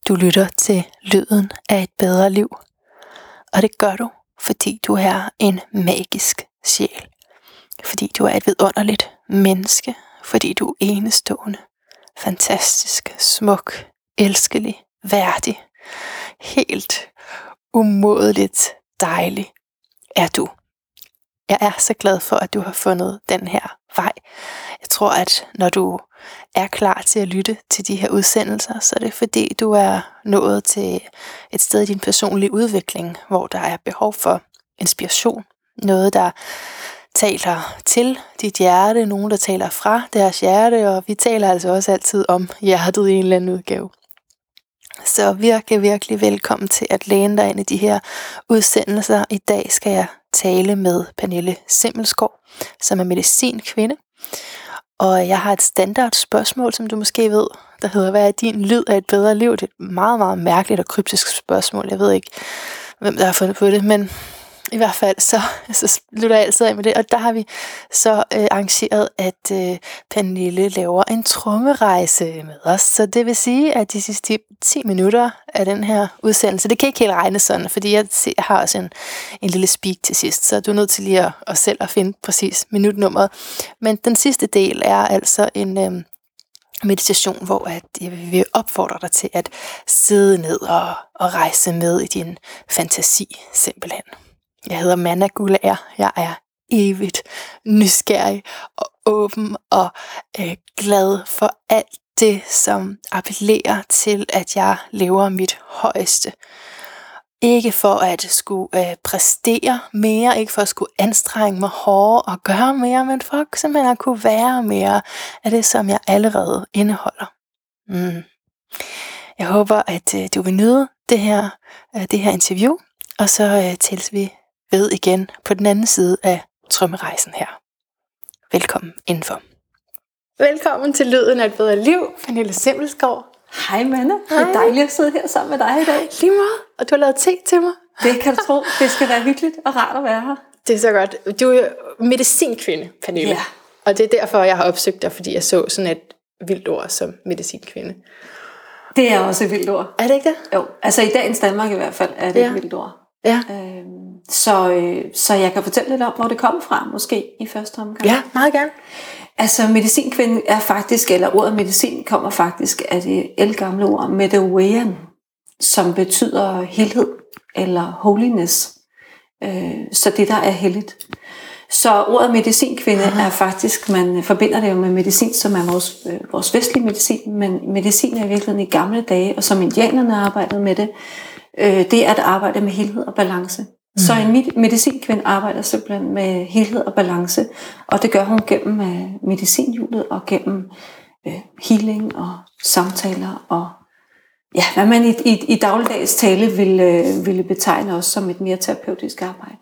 Du lytter til lyden af et bedre liv. Og det gør du, fordi du er en magisk sjæl. Fordi du er et vidunderligt menneske. Fordi du er enestående, fantastisk, smuk, elskelig, værdig. Helt umådeligt dejlig er du. Jeg er så glad for, at du har fundet den her vej. Jeg tror, at når du er klar til at lytte til de her udsendelser, så er det fordi, du er nået til et sted i din personlige udvikling, hvor der er behov for inspiration. Noget, der taler til dit hjerte, nogen, der taler fra deres hjerte, og vi taler altså også altid om hjertet i en eller anden udgave. Så virkelig velkommen til at læne dig ind i de her udsendelser. I dag skal jeg tale med Pernille Simmelsgaard, som er medicinkvinde. Og jeg har et standard spørgsmål, som du måske ved, der hedder, hvad er din lyd af et bedre liv? Det er et meget, meget mærkeligt og kryptisk spørgsmål. Jeg ved ikke, hvem der har fundet på det, men i hvert fald så slutter jeg altid af med det. Og der har vi så arrangeret, at Pernille laver en trommerejse med os. Så det vil sige, at de sidste 10 minutter af den her udsendelse, det kan ikke helt regne sådan, fordi jeg har også en lille speak til sidst, så du er nødt til lige at selv at finde præcis minutnummeret. Men den sidste del er altså en meditation, hvor at jeg vil opfordre dig til at sidde ned og rejse med i din fantasi simpelthen. Jeg hedder Manna Gulager. Jeg er evigt nysgerrig og åben og glad for alt det, som appellerer til, at jeg lever mit højeste. Ikke for at skulle præstere mere, ikke for at skulle anstrenge mig hårdere og gøre mere, men for simpelthen at kunne være mere af det, som jeg allerede indeholder. Jeg håber, at du vil nyde det her interview, og så tælles vi ved igen på den anden side af drømmerejsen her. Velkommen indenfor. Velkommen til Lyden af et bedre liv, Pernille Simmelsgaard. Hej Manna, det er dejligt at sidde her sammen med dig i dag. Lige meget, og du har lavet te til mig. Det kan du tro, det skal være hyggeligt og rart at være her. Det er så godt. Du er medicinkvinde, Pernille. Ja. Og det er derfor, jeg har opsøgt dig, fordi jeg så sådan et vildt ord som medicinkvinde. Det er også et vildt ord. Er det ikke det? Jo, altså i dagens Danmark i hvert fald er det et vildt ord. Ja. Så jeg kan fortælle lidt om, hvor det kommer fra, måske i første omgang. Ja, meget gerne. Altså medicinkvinde er faktisk, eller ordet medicin kommer faktisk af det ældgamle ord Medewean, som betyder helhed eller holiness. Så det der er helligt. Så ordet medicinkvinde er faktisk, man forbinder det jo med medicin, som er vores vestlige medicin, men medicin er i virkeligheden i gamle dage, og som indianerne arbejdede med det, det er at arbejde med helhed og balance. Så en medicinkvinde arbejder simpelthen med helhed og balance, og det gør hun gennem medicinhjulet og gennem healing og samtaler og ja, hvad man i dagligdags tale ville betegne også som et mere terapeutisk arbejde.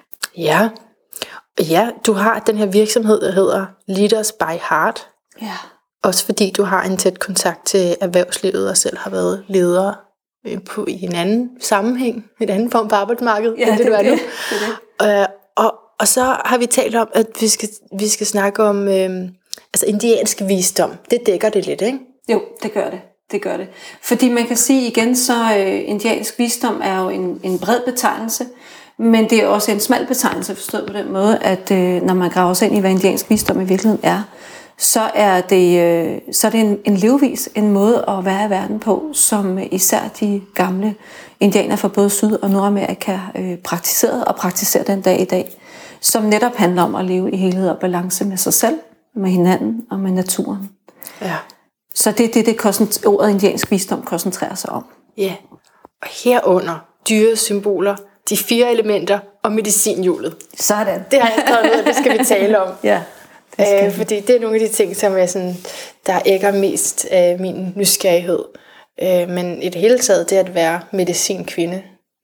Ja, du har den her virksomhed, der hedder Leaders by Heart. Ja. Også fordi du har en tæt kontakt til erhvervslivet og selv har været leder i en anden sammenhæng, en anden form på arbejdsmarkedet, end det du er nu. Det. Og så har vi talt om, at vi skal snakke om indiansk visdom. Det dækker det lidt, ikke? Jo, det gør det. Fordi man kan sige igen, så indiansk visdom er jo en bred betegnelse, men det er også en smal betegnelse, forstået på den måde, at når man graver sig ind i, hvad indiansk visdom i virkeligheden er, så er det en levevis, en måde at være i verden på, som især de gamle indianere fra både Syd- og Nordamerika praktiserede og praktiserer den dag i dag, som netop handler om at leve i helhed og balance med sig selv, med hinanden og med naturen. Ja. Så det er det, ordet indiansk visdom koncentrerer sig om. Ja, og herunder dyresymboler, de 4 elementer og medicinhjulet. Sådan. Det har jeg skrevet ned, og det skal vi tale om. Ja. Fordi det er nogle af de ting, som er sådan, der ægger mest af min nysgerrighed. Men i det hele taget, det at være medicinkvinde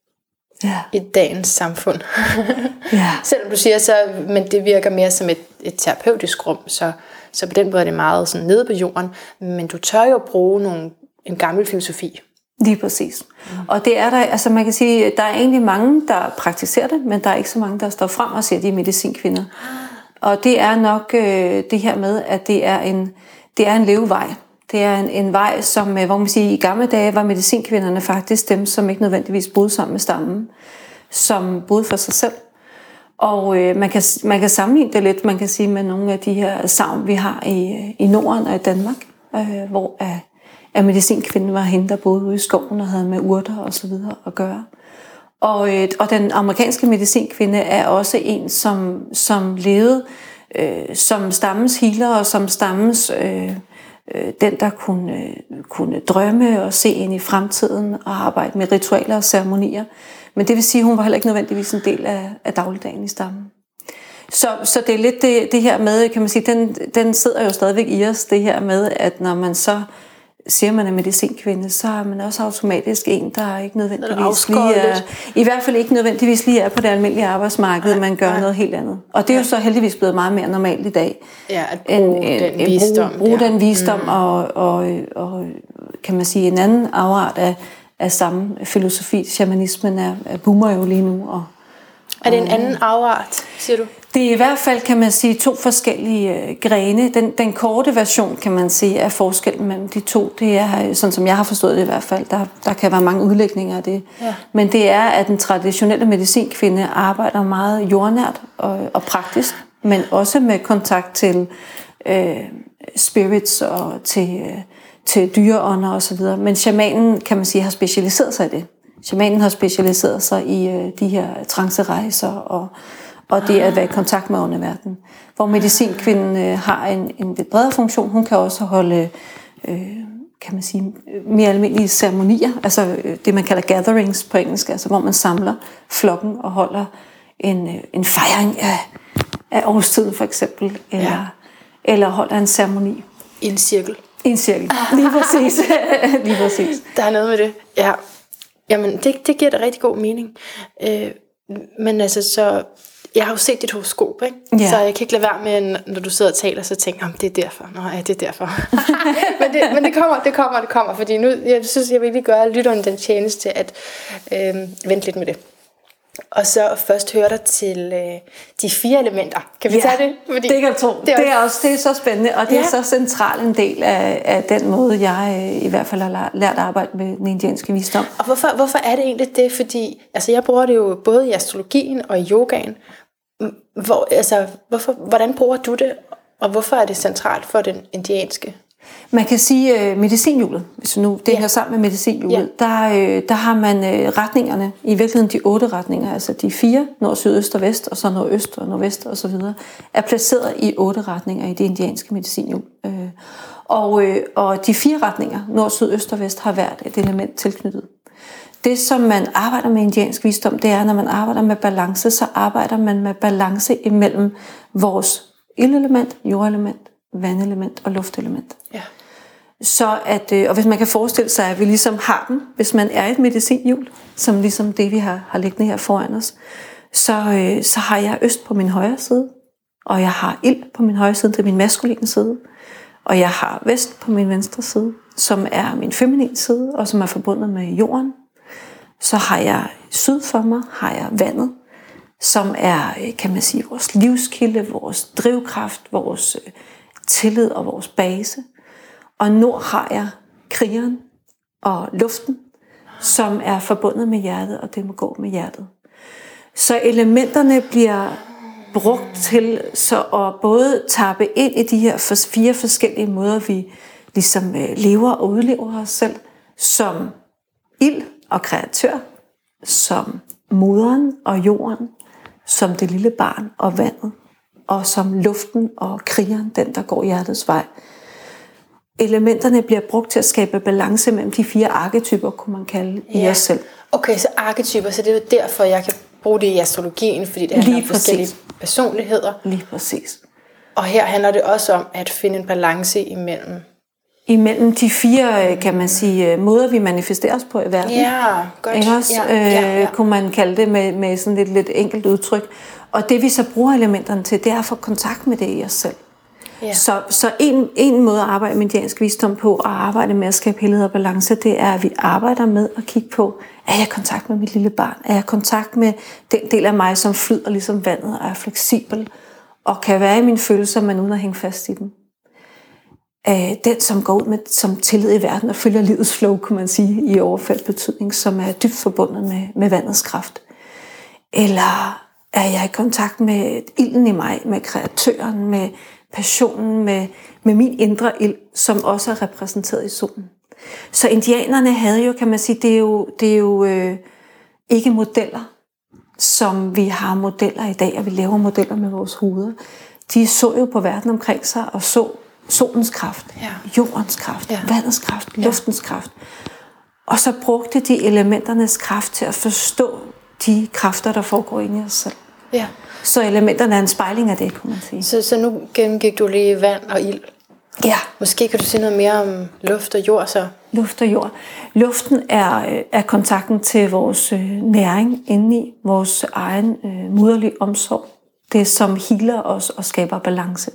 i dagens samfund. Selvom du siger så, men det virker mere som et terapeutisk rum, så på den måde er det meget sådan nede på jorden. Men du tør jo bruge en gammel filosofi. Lige præcis. Og det er der, altså man kan sige, der er egentlig mange, der praktiserer det, men der er ikke så mange, der står frem og siger, at de er medicinkvinder. Og det er nok det her med, at det er en levevej. Det er en vej, som, hvor man siger, i gamle dage var medicinkvinderne faktisk dem, som ikke nødvendigvis boede sammen med stammen, som boede for sig selv. Og man kan sammenligne det lidt, man kan sige, med nogle af de her sagn, vi har i Norden og i Danmark, hvor at medicinkvinden var hende, der boede ude i skoven og havde med urter og så videre at gøre. Og den amerikanske medicinkvinde er også en, som levede som stammens healer og som stammens den, der kunne drømme og se ind i fremtiden og arbejde med ritualer og ceremonier. Men det vil sige, at hun var heller ikke nødvendigvis en del af dagligdagen i stammen. Så det er lidt det her med, kan man sige, den sidder jo stadigvæk i os, det her med, at når man så siger, man er medicinkvinde, så er man også automatisk en, der ikke nødvendigvis lige er, i hvert fald ikke nødvendigvis lige er på det almindelige arbejdsmarked, man gør noget helt andet. Og det er jo så heldigvis blevet meget mere normalt i dag. Ja, at bruge den visdom og kan man sige, en anden afart af samme filosofi. Shamanismen boomer jo lige nu. Er det en anden afart, siger du? Det er i hvert fald, kan man sige, 2 forskellige grene. Den korte version, kan man sige, er forskellen mellem de 2. Det er, sådan som jeg har forstået det i hvert fald, der kan være mange udlægninger af det. Ja. Men det er, at den traditionelle medicinkvinde arbejder meget jordnært og praktisk, men også med kontakt til spirits og til dyreånder og så videre. Men shamanen, kan man sige, har specialiseret sig i det. Shamanen har specialiseret sig i de her trancerejser og det at være i kontakt med underverdenen. Hvor medicinkvinden har en lidt bredere funktion. Hun kan også holde, kan man sige, mere almindelige ceremonier, altså det man kalder gatherings på engelsk, altså hvor man samler flokken og holder en fejring af årstiden for eksempel, eller holder en ceremoni. I en cirkel. I en cirkel, lige præcis. Lige præcis. Der er noget med det, ja. Jamen, det giver da rigtig god mening. Men altså, så jeg har jo set dit horoskop, ikke? Ja. Så jeg kan ikke lade være med, når du sidder og taler, så tænker jeg, det er derfor. Nå ja, det er derfor. men det kommer, fordi nu, jeg synes, jeg vil lige gøre lytteren den tjeneste at vente lidt med det. Og så først høre dig til de 4 elementer. Kan vi tage det? Fordi det kan jeg tro. Det er så spændende, og det er så central en del af den måde, jeg i hvert fald har lært at arbejde med den indianske visdom. Og hvorfor er det egentlig det? Fordi altså, jeg bruger det jo både i astrologien og i yogaen. Hvordan bruger du det, og hvorfor er det centralt for den indianske? Man kan sige medicinhjulet, hvis nu det hænger sammen med medicinhjulet, der har man retningerne, i virkeligheden de 8 retninger, altså de 4, nord, syd, øst og vest, og så nordøst og nordvest og så videre, er placeret i 8 retninger i det indianske medicinhjul. Og de 4 retninger, nord, syd, øst og vest, har hvert et element tilknyttet. Det, som man arbejder med indiansk visdom, det er, når man arbejder med balance, så arbejder man med balance imellem vores ildelement, jordelement, vandelement og luftelement. Ja. Så og hvis man kan forestille sig, at vi ligesom har den, hvis man er et medicinhjul, som ligesom det, vi har liggende her foran os, så har jeg øst på min højre side, og jeg har ild på min højre side, det er min maskuline side, og jeg har vest på min venstre side, som er min feminine side, og som er forbundet med jorden. Så har jeg syd for mig, har jeg vandet, som er, kan man sige, vores livskilde, vores drivkraft, vores tillid og vores base. Og nord har jeg krigeren og luften, som er forbundet med hjertet, og det må gå med hjertet. Så elementerne bliver brugt til så at både tappe ind i de her 4 forskellige måder, vi ligesom lever og udlever os selv, som ild og kreatør, som moderen og jorden, som det lille barn og vandet, og som luften og krigeren, den der går hjertets vej. Elementerne bliver brugt til at skabe balance mellem de 4 arketyper, kunne man kalde i os selv. Okay, så arketyper, så det er jo derfor, jeg kan bruge det i astrologien, fordi det handler om forskellige personligheder. Lige præcis. Og her handler det også om at finde en balance imellem de 4, kan man sige, måder, vi manifesterer os på i verden. Ja, godt. Ikke også? Kunne man kalde det med sådan lidt enkelt udtryk. Og det vi så bruger elementerne til, det er at få kontakt med det i os selv. Ja. Så en måde at arbejde med indiansk visdom på, og arbejde med at skabe helhed og balance, det er, at vi arbejder med at kigge på, er jeg i kontakt med mit lille barn? Er jeg i kontakt med den del af mig, som flyder ligesom vandet og er fleksibel, og kan være i mine følelser, men uden at hænge fast i dem? den, som går ud med som tillid i verden og følger livets flow, kunne man sige, i overført betydning, som er dybt forbundet med vandets kraft. Eller er jeg i kontakt med ilden i mig, med kreatøren, med passionen, med min indre ild, som også er repræsenteret i solen. Så indianerne havde jo, kan man sige, det er jo ikke modeller, som vi har modeller i dag, og vi laver modeller med vores hoveder. De så jo på verden omkring sig og så solens kraft, jordens kraft, vandets kraft, luftens kraft. Og så brugte de elementernes kraft til at forstå de kræfter, der foregår inde i os selv. Ja. Så elementerne er en spejling af det, kunne man sige. Så nu gennemgik du lige vand og ild. Ja. Måske kan du sige noget mere om luft og jord så? Luft og jord. Luften er kontakten til vores næring indeni, vores egen moderlige omsorg. Det, som healer os og skaber balance.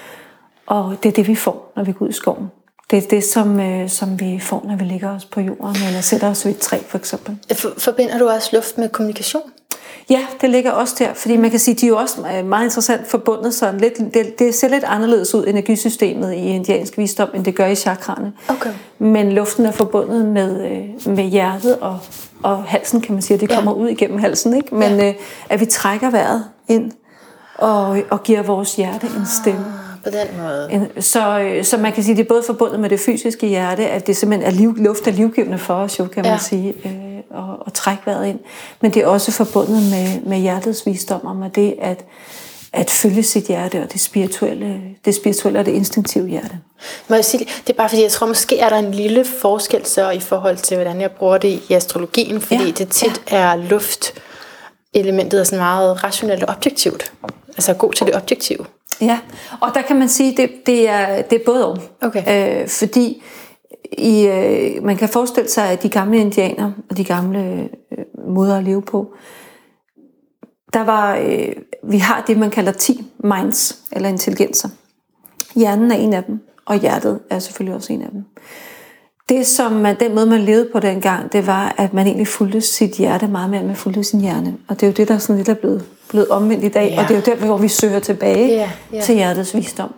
Og det er det, vi får, når vi går ud i skoven. Det er det, som vi får, når vi ligger os på jorden, eller sætter os ved et træ, for eksempel. Forbinder du også luft med kommunikation? Ja, det ligger også der, fordi man kan sige, de er jo også meget interessant forbundet sådan lidt. Det ser lidt anderledes ud, energisystemet i indiansk visdom, end det gør i chakraerne. Okay. Men luften er forbundet med hjertet og halsen, kan man sige. Det kommer ud igennem halsen, ikke? Men at vi trækker vejret ind og giver vores hjerte en stemme. På den måde. Så man kan sige, det er både forbundet med det fysiske hjerte, at det simpelthen er luft er livgivende for os, jo, kan man sige, og trække vejret ind. Men det er også forbundet med hjertets visdom om det at følge sit hjerte og det spirituelle og det instinktive hjerte. Må jeg sige, det er bare fordi, jeg tror måske er der en lille forskel så i forhold til, hvordan jeg bruger det i astrologien, fordi det tit er luftelementet er sådan meget rationelt og objektivt. Altså god til det objektive. Ja, og der kan man sige, det er både og. Okay. Fordi man kan forestille sig, at de gamle indianer og de gamle måder at leve på, vi har det, man kalder 10 minds, eller intelligenser. Hjernen er en af dem, og hjertet er selvfølgelig også en af dem. Den måde, man levede på dengang, det var, at man egentlig fulgte sit hjerte meget mere, end man fulgte sin hjerne. Og det er jo det, der sådan lidt er blevet omvendt i dag, og det er jo der, hvor vi søger tilbage til hjertets visdom.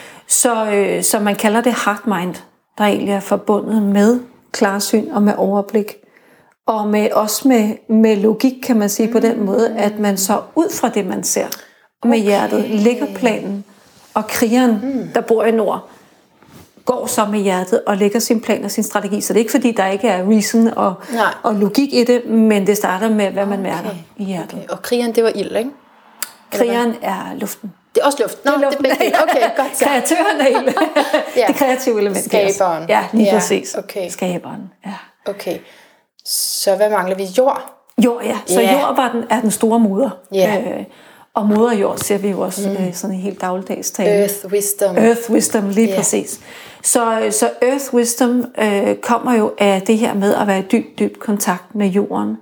Så man kalder det heart mind, der egentlig er forbundet med klarsyn og med overblik. Og også med logik, kan man sige på den måde, at man så ud fra det, man ser med hjertet, lægger planen, og krigeren, der bor i nord, går så med hjertet og lægger sin plan og sin strategi. Så det er ikke fordi, der ikke er reason og logik i det, men det starter med, hvad man mærker i hjertet. Okay. Og krigeren, det var ild, ikke? Krigeren er luften. Det er også luft. Nå, det er begge. Okay, godt så. Kreatøren er ild. Det kreative element. Skaberen. Ja, lige præcis. Okay. Skaberen, ja. Okay. Så hvad mangler vi? Jord? Jord, ja. Så jord er den store moder. Og moder jord ser vi jo også sådan en helt dagligdags tale. Earth wisdom. Earth wisdom, lige præcis. Så earth wisdom kommer jo af det her med at være i dyb kontakt med jorden.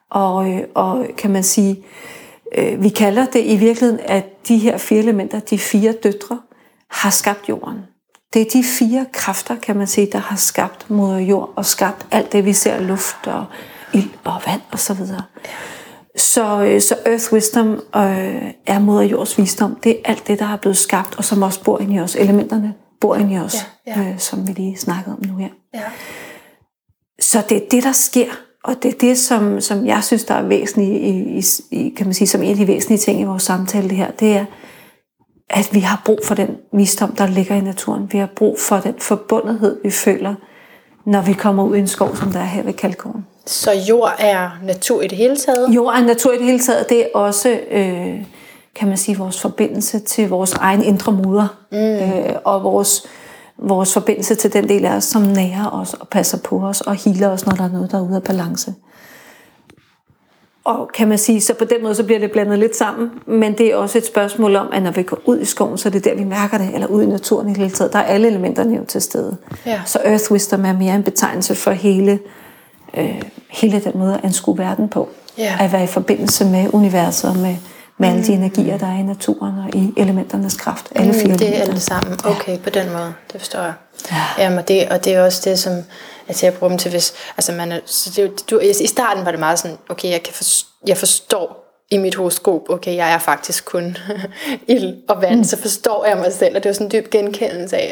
Og kan man sige, vi kalder det i virkeligheden, at de her 4 elementer, de 4 døtre, har skabt jorden. Det er de 4 kræfter, kan man sige, der har skabt moder jord og skabt alt det, vi ser, luft og ild og vand og så videre. Så Earth Wisdom er moder jords visdom. Det er alt det, der er blevet skabt, og som også bor inde i os. Elementerne bor inde i os, som vi lige snakkede om nu her. Ja. Så det er det, der sker, og det er det, som jeg synes, der er væsentligt, kan man sige, som en af de væsentlige ting i vores samtale det her, det er, at vi har brug for den visdom, der ligger i naturen. Vi har brug for den forbundethed, vi føler, når vi kommer ud i en skov, som der er her ved Kalkgården. Så jord er natur i det hele taget? Jord er natur i det hele taget. Det er også, kan man sige, vores forbindelse til vores egen indre moder. Og vores forbindelse til den del af os, som nærer os og passer på os og healer os, når der er noget, der er ude af balance. Og kan man sige, så på den måde, så bliver det blandet lidt sammen. Men det er også et spørgsmål om, at når vi går ud i skoven, så er det der, vi mærker det. Eller ud i naturen i det hele taget. Der er alle elementerne jo til stede. Ja. Så Earth Wisdom er mere en betegnelse for hele den måde at anskue verden på. Ja. At være i forbindelse med universet og med alle de energier, der er i naturen og i elementernes kraft. Alle 4 elementer. Det er alle sammen. Okay, på den måde. Det forstår jeg. Ja. Jamen, og det er også det, som jeg bruger dem til, hvis altså man er, så det, i starten var det meget sådan, okay, jeg forstår i mit horoskop, okay, jeg er faktisk kun ild og vand, så forstår jeg mig selv, og det var sådan en dyb genkendelse af, at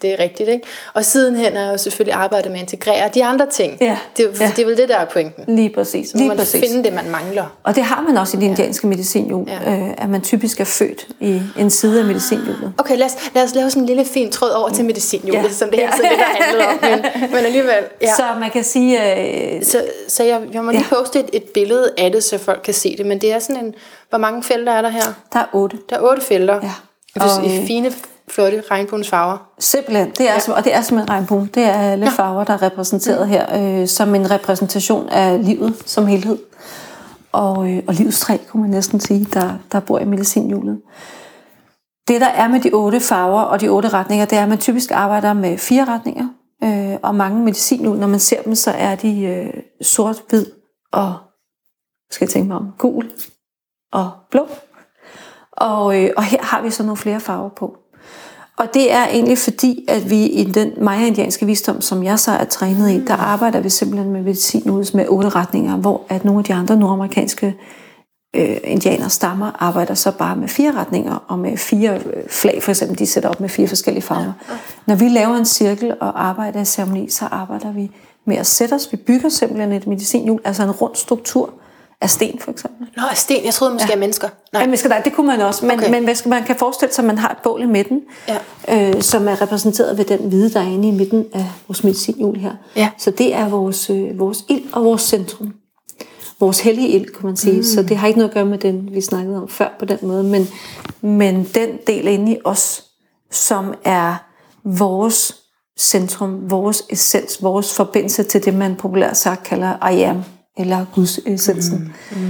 det er rigtigt, ikke? Og sidenhen har jeg jo selvfølgelig arbejdet med at integrere de andre ting. Ja. Det er vel det, der er pointen. Lige præcis. Så må man finde det, man mangler. Og det har man også i det indianske medicinhjul, at man typisk er født i en side af medicinhjulet. Okay, lad os lave sådan en lille fin tråd over til medicinhjulet, som det hele tiden det, der handler om. Men alligevel, Så man kan sige... Så jeg må lige poste et billede af det, så folk kan se det. Men det er sådan en... Hvor mange felter er der her? Der er 8. Der er 8 felter. Ja. Og i fine, flotte regnbuens farver. Simpelthen. Og det er simpelthen regnbuen. Det er alle farver, der er repræsenteret her, som en repræsentation af livet som helhed. Og livets træ, kunne man næsten sige, der bor i medicinhjulet. Det, der er med de 8 farver og de 8 retninger, det er, at man typisk arbejder med 4 retninger. Og mange medicinhjul, når man ser dem, så er de sort, hvid og, skal jeg tænke mig om, gul og blå. Og her har vi så nogle flere farver på. Og det er egentlig fordi, at vi i den maya-indianske visdom, som jeg så er trænet i, der arbejder vi simpelthen med medicinhjulet med 8 retninger, hvor at nogle af de andre nordamerikanske indianer stammer arbejder så bare med 4 retninger og med 4 flag, for eksempel, de sætter op med 4 forskellige farver. Når vi laver en cirkel og arbejder i ceremoni, så arbejder vi med at sætte os. Vi bygger simpelthen et medicinhjul, altså en rund struktur af sten for eksempel. Nå, af sten. Jeg troede måske af mennesker. Nej, mennesker, det kunne man også. Men man kan forestille sig, at man har et bål i midten, som er repræsenteret ved den hvide, der er inde i midten af vores medicinhjul her. Ja. Så det er vores ild og vores centrum. Vores hellige ild, kunne man sige. Så det har ikke noget at gøre med den, vi snakkede om før på den måde. Men den del inde i os, som er vores centrum, vores essens, vores forbindelse til det, man populært sagt kalder I am, eller Guds essensen.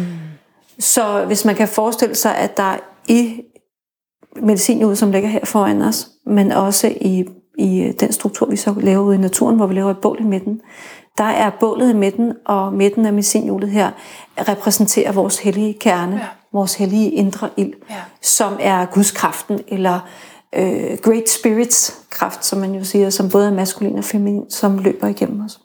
Så hvis man kan forestille sig, at der i medicinhjulet, som ligger her foran os, men også i den struktur, vi så laver ude i naturen, hvor vi laver et bål i midten, der er bålet i midten, og midten af medicinhjulet her repræsenterer vores hellige kerne, vores hellige indre ild, som er Gudskraften, eller Great Spirits kraft, som man jo siger, som både er maskulin og feminin, som løber igennem os.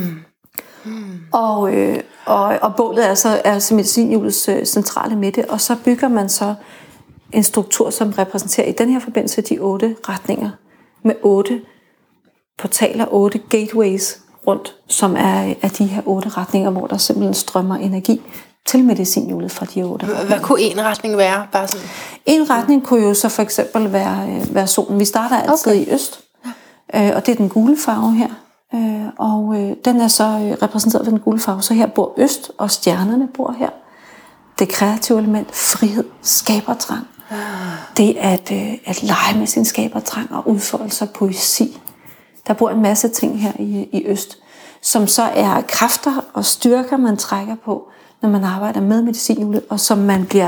Og bålet er altså medicinhjulets centrale midte, og så bygger man så en struktur, som repræsenterer i den her forbindelse de 8 retninger, med 8 portaler, 8 gateways rundt, som er af de her 8 retninger, hvor der simpelthen strømmer energi til medicinhjulet fra de 8 retninger. Hvad kunne en retning være? Bare sådan? En retning kunne jo så for eksempel være solen. Vi starter altid i øst, og det er den gule farve her. Og den er så repræsenteret ved den gule farve. Så her bor øst, og stjernerne bor her. Det kreative element, frihed, skabertrang. Det er at lege med sin skabertrang og udfoldelse af poesi. Der bor en masse ting her i øst, som så er kræfter og styrker, man trækker på, når man arbejder med medicinhjulet, og som man bliver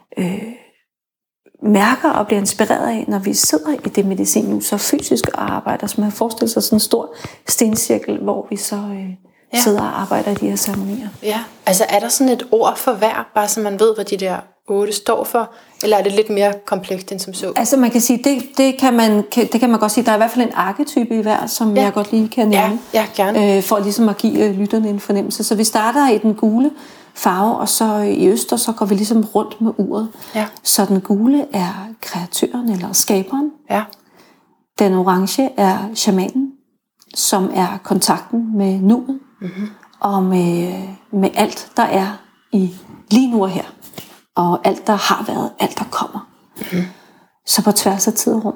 mærker og bliver inspireret af, når vi sidder i det medicinhjul, så fysisk og arbejder, så man forestiller sig sådan en stor stencirkel, hvor vi så sidder og arbejder i de her ceremonier. Ja, altså er der sådan et ord for hver, bare så man ved, hvad de der 8 står for, eller er det lidt mere komplekst end som så? Altså man kan sige, det kan man godt sige, der er i hvert fald en arketype i hver, som jeg godt lige kan nævne. Ja, gerne. For ligesom at give lytterne en fornemmelse. Så vi starter i den gule farve, og så i øst, og så går vi ligesom rundt med uret. Ja. Så den gule er kreatøren eller skaberen. Ja. Den orange er shamanen, som er kontakten med nuet, og med alt, der er i lige nu og her. Og alt, der har været, alt, der kommer. Så på tværs af tid og rum.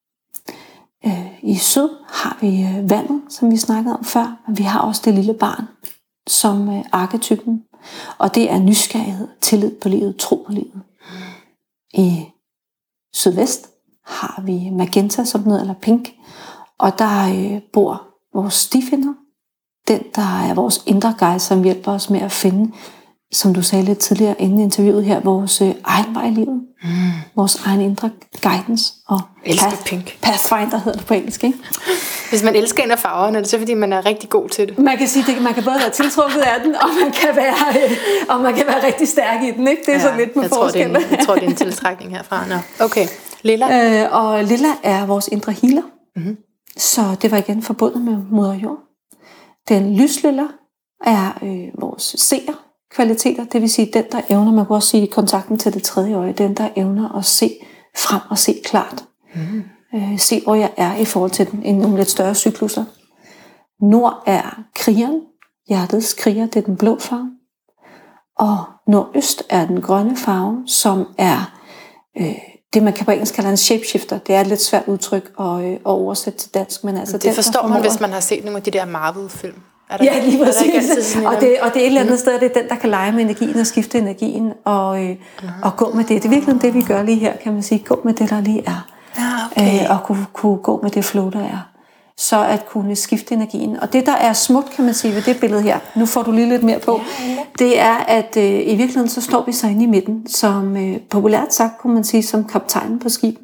I syd har vi vandet, som vi snakkede om før, men vi har også det lille barn, som arketypen. Og det er nysgerrighed, tillid på livet, tro på livet. I sydvest har vi magenta som noget, eller pink. Og der bor vores stifinder. Den, der er vores indre guide, som hjælper os med at finde, som du sagde lidt tidligere inden interviewet her, vores egen vej i livet. Vores egen indre guidance. Og pathfinder hedder det på engelsk, ikke? Hvis man elsker en af farverne, er det så fordi, man er rigtig god til det? Man kan sige, man kan både være tiltrukket af den, og man kan være rigtig stærk i den, ikke? Det er sådan lidt med forskel. Jeg tror, det er en tiltrækning herfra. Nå. Okay, lilla. Og lilla er vores indre healer. Så det var igen forbundet med moder jord. Den lyslilla er vores seerkvaliteter, det vil sige den, der evner, man kan også sige kontakten til det tredje øje, den, der evner at se frem og se klart. Se, hvor jeg er i forhold til nogle lidt større cykluser. Nord er krigeren. Hjertets kriger, det er den blå farve. Og nordøst er den grønne farve, som er det, man kan på engelsk kalde en shapeshifter. Det er et lidt svært udtryk at oversætte til dansk. Men altså det forstår man, hvis man har set nogle af de der Marvel-film. Ja, lige præcis. Og det er et eller andet sted, det er den, der kan lege med energien og skifte energien og gå med det. Det er virkelig det, vi gør lige her, kan man sige. Gå med det, der lige er. Okay. Og kunne gå med det flow, der er. Så at kunne skifte energien. Og det, der er smukt, kan man sige, ved det billede her, nu får du lige lidt mere på, det er, at i virkeligheden, så står vi så inde i midten, som populært sagt, kunne man sige, som kaptajnen på skibet.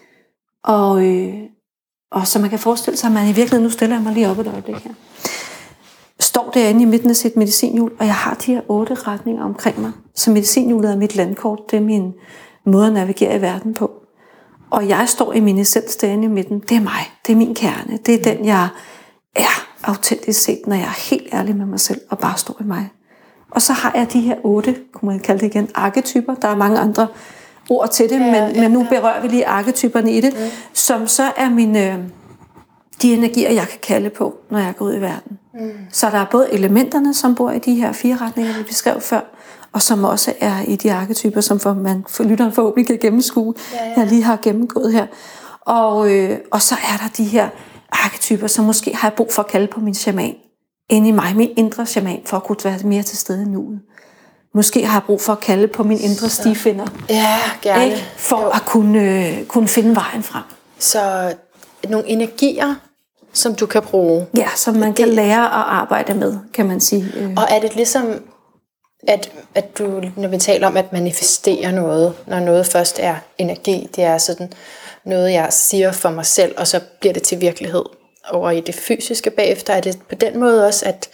Og så man kan forestille sig, at man i virkeligheden, nu stiller jeg mig lige op et øjeblik her, står derinde i midten af sit medicinhjul, og jeg har de her 8 retninger omkring mig. Så medicinhjulet er mit landkort, det er min måde at navigere i verden på. Og jeg står i min essens derinde i midten. Det er mig. Det er min kerne. Det er den, jeg er autentisk set, når jeg er helt ærlig med mig selv og bare står i mig. Og så har jeg de her 8, kunne man kalde det igen, arketyper. Der er mange andre ord til det, men nu berører vi lige arketyperne i det, som så er de energier, jeg kan kalde på, når jeg går ud i verden. Så der er både elementerne, som bor i de her 4 retninger, vi beskrev før, og som også er i de arketyper, som for lytteren forhåbentlig kan gennemskue, jeg lige har gennemgået her. Og så er der de her arketyper, som måske har jeg brug for at kalde på min shaman, inde i mig, min indre shaman, for at kunne være mere til stede i nuet. Måske har jeg brug for at kalde på min indre stifinder. Ja, gerne. Ikke? For at kunne finde vejen frem. Så nogle energier, som du kan bruge. Ja, som man kan lære at arbejde med, kan man sige. Og er det ligesom, at du, når vi taler om at manifestere noget, når noget først er energi, det er sådan noget, jeg siger for mig selv, og så bliver det til virkelighed over i det fysiske bagefter. Er det på den måde også, at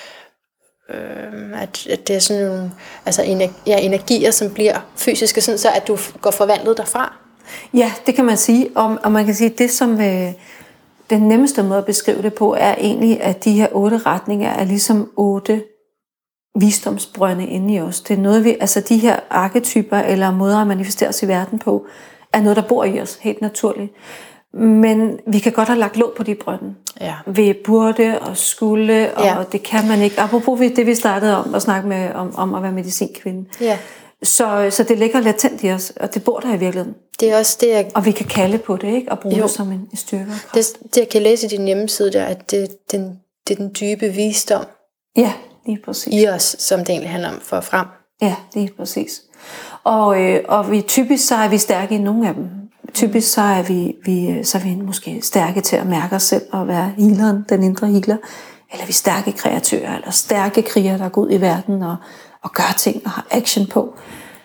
det er sådan nogle energier, som bliver fysiske, sådan så at du går forvandlet derfra? Ja, det kan man sige. Og man kan sige, det som den nemmeste måde at beskrive det på, er egentlig, at de her 8 retninger er ligesom 8 visdomsbrønde inde i os. Det er noget, de her arketyper eller måder at manifestere os i verden på, er noget, der bor i os, helt naturligt. Men vi kan godt have lagt låg på de brønde. Ja. Vi burde og skulle, og det kan man ikke. Apropos det, vi startede om at snakke om at være medicinkvinde. Ja. Så det ligger latent i os, og det bor der i virkeligheden. Det er også det, og vi kan kalde på det, ikke? Og bruge det som en styrke. Det, jeg kan læse i din hjemmeside der, at det er den dybe visdom. Ja, lige præcis. I os, som det egentlig handler om for frem. Ja, lige præcis. Og vi typisk så er vi stærke i nogle af dem. Typisk så er vi måske stærke til at mærke os selv og være healeren, den indre healer. Eller vi er stærke kreatører, eller stærke krigere, der går ud i verden og gør ting og har action på.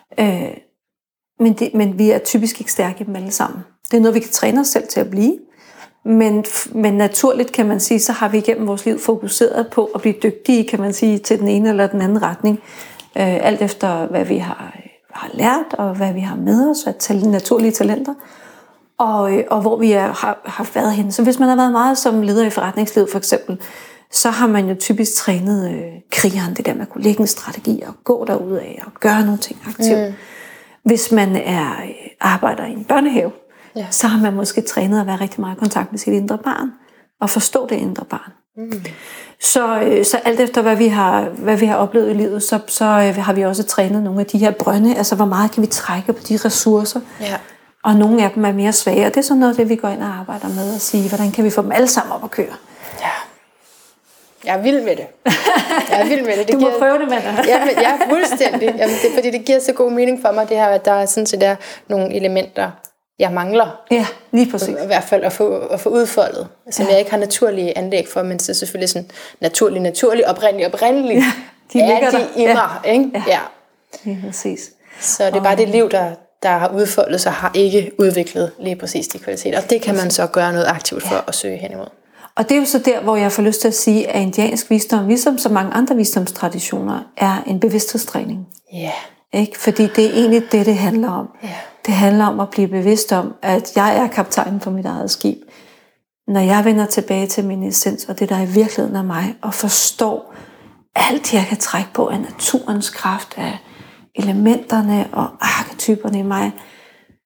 Men vi er typisk ikke stærke i dem alle sammen. Det er noget, vi kan træne os selv til at blive. Men naturligt, kan man sige, så har vi igennem vores liv fokuseret på at blive dygtige, kan man sige, til den ene eller den anden retning. Alt efter, hvad vi har lært, og hvad vi har med os, af naturlige talenter, og hvor vi har været henne. Så hvis man har været meget som leder i forretningslivet, for eksempel, så har man jo typisk trænet krigeren, det der med at kunne lægge en strategi og gå derudad og gøre nogle ting aktivt. Hvis man arbejder i en børnehave, så har man måske trænet at være rigtig meget i kontakt med sit indre barn, og forstå det indre barn. Så alt efter hvad vi har oplevet i livet, så har vi også trænet nogle af de her brønde, altså hvor meget kan vi trække på de ressourcer. Ja. Og nogle af dem er mere svage, og det er sådan noget, det vi går ind og arbejder med og sige, hvordan kan vi få dem alle sammen op at køre. Ja. Jeg er vild med det. Du må prøve det med dig. Jeg er fuldstændig. Jamen, fordi det giver så god mening for mig, det her, at der er sådan set der nogle elementer, jeg mangler. Ja, lige præcis. I hvert fald at få udfoldet, som jeg ikke har naturlige anlæg for, men så selvfølgelig sådan naturlig, oprindelig. Ja, de ligger der. I mig, ikke? Ja. Lige præcis. Så det er bare det liv, der har udfoldet sig, har ikke udviklet lige præcis de kvaliteter. Og det kan man så gøre noget aktivt for at søge hen imod. Og det er jo så der, hvor jeg får lyst til at sige, at indiansk visdom, ligesom så mange andre visdomstraditioner, er en bevidsthedstræning. Ja. Ikke? Fordi det er egentlig det handler om. Yeah. Det handler om at blive bevidst om, at jeg er kaptajnen på mit eget skib. Når jeg vender tilbage til min essens, og det der i virkeligheden er mig, og forstår alt, jeg kan trække på af naturens kraft, af elementerne og arketyperne i mig,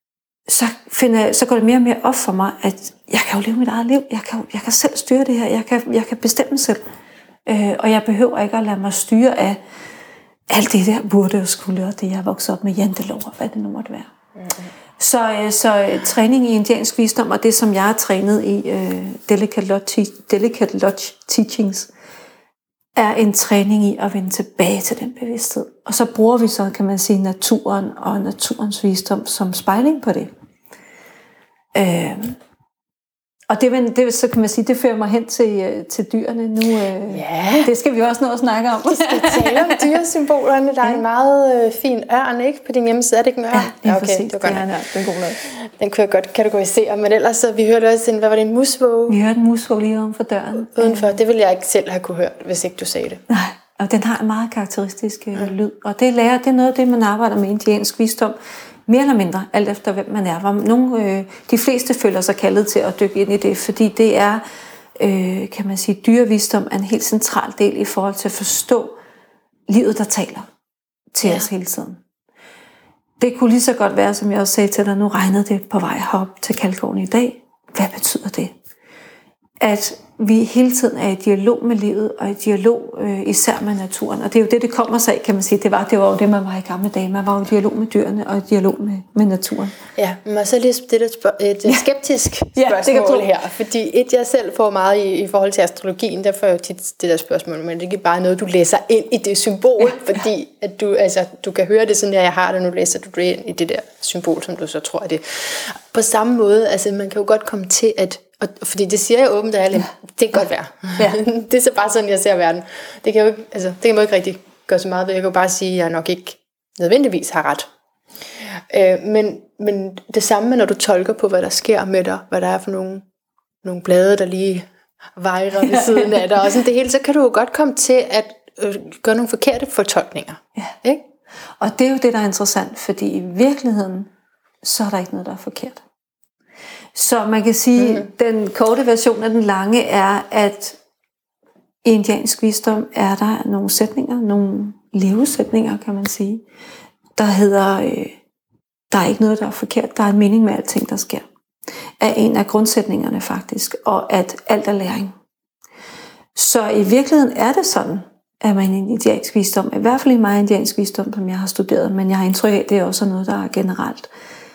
så går det mere og mere op for mig, at jeg kan jo leve mit eget liv. Jeg kan selv styre det her. Jeg kan bestemme selv. Og jeg behøver ikke at lade mig styre af alt det der burde og skulle, og det jeg er vokset op med jantelov, og hvad det nu måtte være. Mm-hmm. Så træning i indiansk visdom, og det som jeg har trænet i Delicate Lodge Teachings, er en træning i at vende tilbage til den bevidsthed. Og så bruger vi så, kan man sige, naturen og naturens visdom som spejling på det. Og det, så kan man sige, det fører mig hen til dyrene nu. Det skal vi også nå at snakke om. Vi skal tale om dyresymbolerne. Der er en meget fin ørn, ikke? På din hjemmeside er det ikke en ørn? Ja, okay, det var godt. Det er god nok. Den kunne jeg godt kategorisere, men ellers så vi hørte også hvad var det, en musvåge? Vi hørte en musvåge lige uden for døren. Udenfor, det ville jeg ikke selv have kunne høre, hvis ikke du sagde det. Nej, og den har en meget karakteristisk lyd. Og det er noget af det, man arbejder med indiansk visdom. Mere eller mindre, alt efter hvem man er. De fleste føler sig kaldet til at dykke ind i det, fordi det er, kan man sige, dyrevisdom er en helt central del i forhold til at forstå livet, der taler til os hele tiden. Det kunne lige så godt være, som jeg også sagde til dig, nu regnede det på vej herop til Kalkgården i dag. Hvad betyder det? At vi hele tiden er i dialog med livet, og i dialog især med naturen. Og det er jo det kommer sig af, kan man sige. Det var jo det, man var i gamle dage. Man var jo i dialog med dyrene, og i dialog med naturen. Ja, men så lige et skeptisk spørgsmål her. Fordi jeg selv får meget i forhold til astrologien, der får jeg jo tit det der spørgsmål, men det er ikke bare noget, du læser ind i det symbol, fordi at du kan høre det sådan, at jeg har det, nu læser du det ind i det der symbol, som du så tror er det. På samme måde, man kan jo godt komme til at fordi det siger jeg åbent og ærligt, det kan godt være. Ja. Det er så bare sådan, jeg ser verden. Det kan man jo ikke rigtig gøre så meget ved. Jeg kan jo bare sige, at jeg nok ikke nødvendigvis har ret. Men det samme, når du tolker på, hvad der sker med dig, hvad der er for nogle blade, der lige vejrer ved siden af dig, og sådan det hele, så kan du jo godt komme til at gøre nogle forkerte fortolkninger. Ja. Ikke? Og det er jo det, der er interessant, fordi i virkeligheden, så er der ikke noget, der er forkert. Så man kan sige, den korte version af den lange er, at i indiansk visdom er der nogle sætninger, nogle levesætninger, kan man sige, der hedder, der er ikke noget, der er forkert, der er en mening med alting, der sker. Er en af grundsætningerne faktisk, og at alt er læring. Så i virkeligheden er det sådan, at man i indiansk visdom, i hvert fald i meget indiansk visdom, som jeg har studeret, men jeg har indtryk af, det er også noget, der er generelt,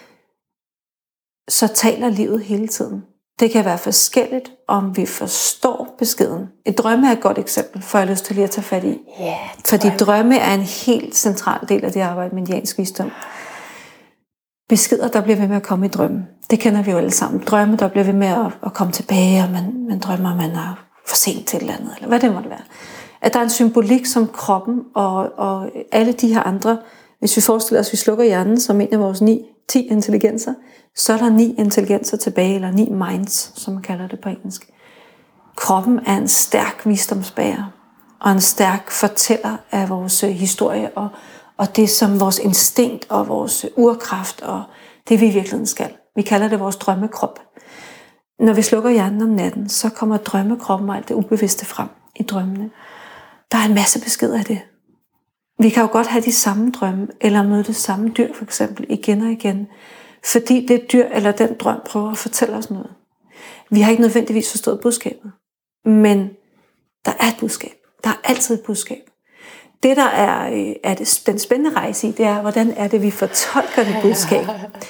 så taler livet hele tiden. Det kan være forskelligt, om vi forstår beskeden. Et drømme er et godt eksempel, for jeg har lyst til lige at tage fat i. Fordi drømme er en helt central del af det arbejde med indiansk visdom. Beskeder, der bliver ved med at komme i drømme. Det kender vi jo alle sammen. Drømme, der bliver ved med at komme tilbage, og man drømmer, at man er for sent til et eller andet, eller hvad det måtte være. At der er en symbolik som kroppen og alle de her andre. Hvis vi forestiller os, at vi slukker hjernen som en af vores 10 intelligenser, så er der 9 intelligenser tilbage, eller 9 minds, som man kalder det på engelsk. Kroppen er en stærk visdomsbærer, og en stærk fortæller af vores historie, og det som vores instinkt og vores urkraft, og det vi i virkeligheden skal. Vi kalder det vores drømmekrop. Når vi slukker hjernen om natten, så kommer drømmekroppen og alt det ubevidste frem i drømmene. Der er en masse beskeder af det. Vi kan jo godt have de samme drømme, eller møde det samme dyr for eksempel igen og igen, fordi det dyr eller den drøm prøver at fortælle os noget. Vi har ikke nødvendigvis forstået budskabet, men der er et budskab. Der er altid et budskab. Det, der er den spændende rejse i, det er, hvordan er det, vi fortolker det budskab.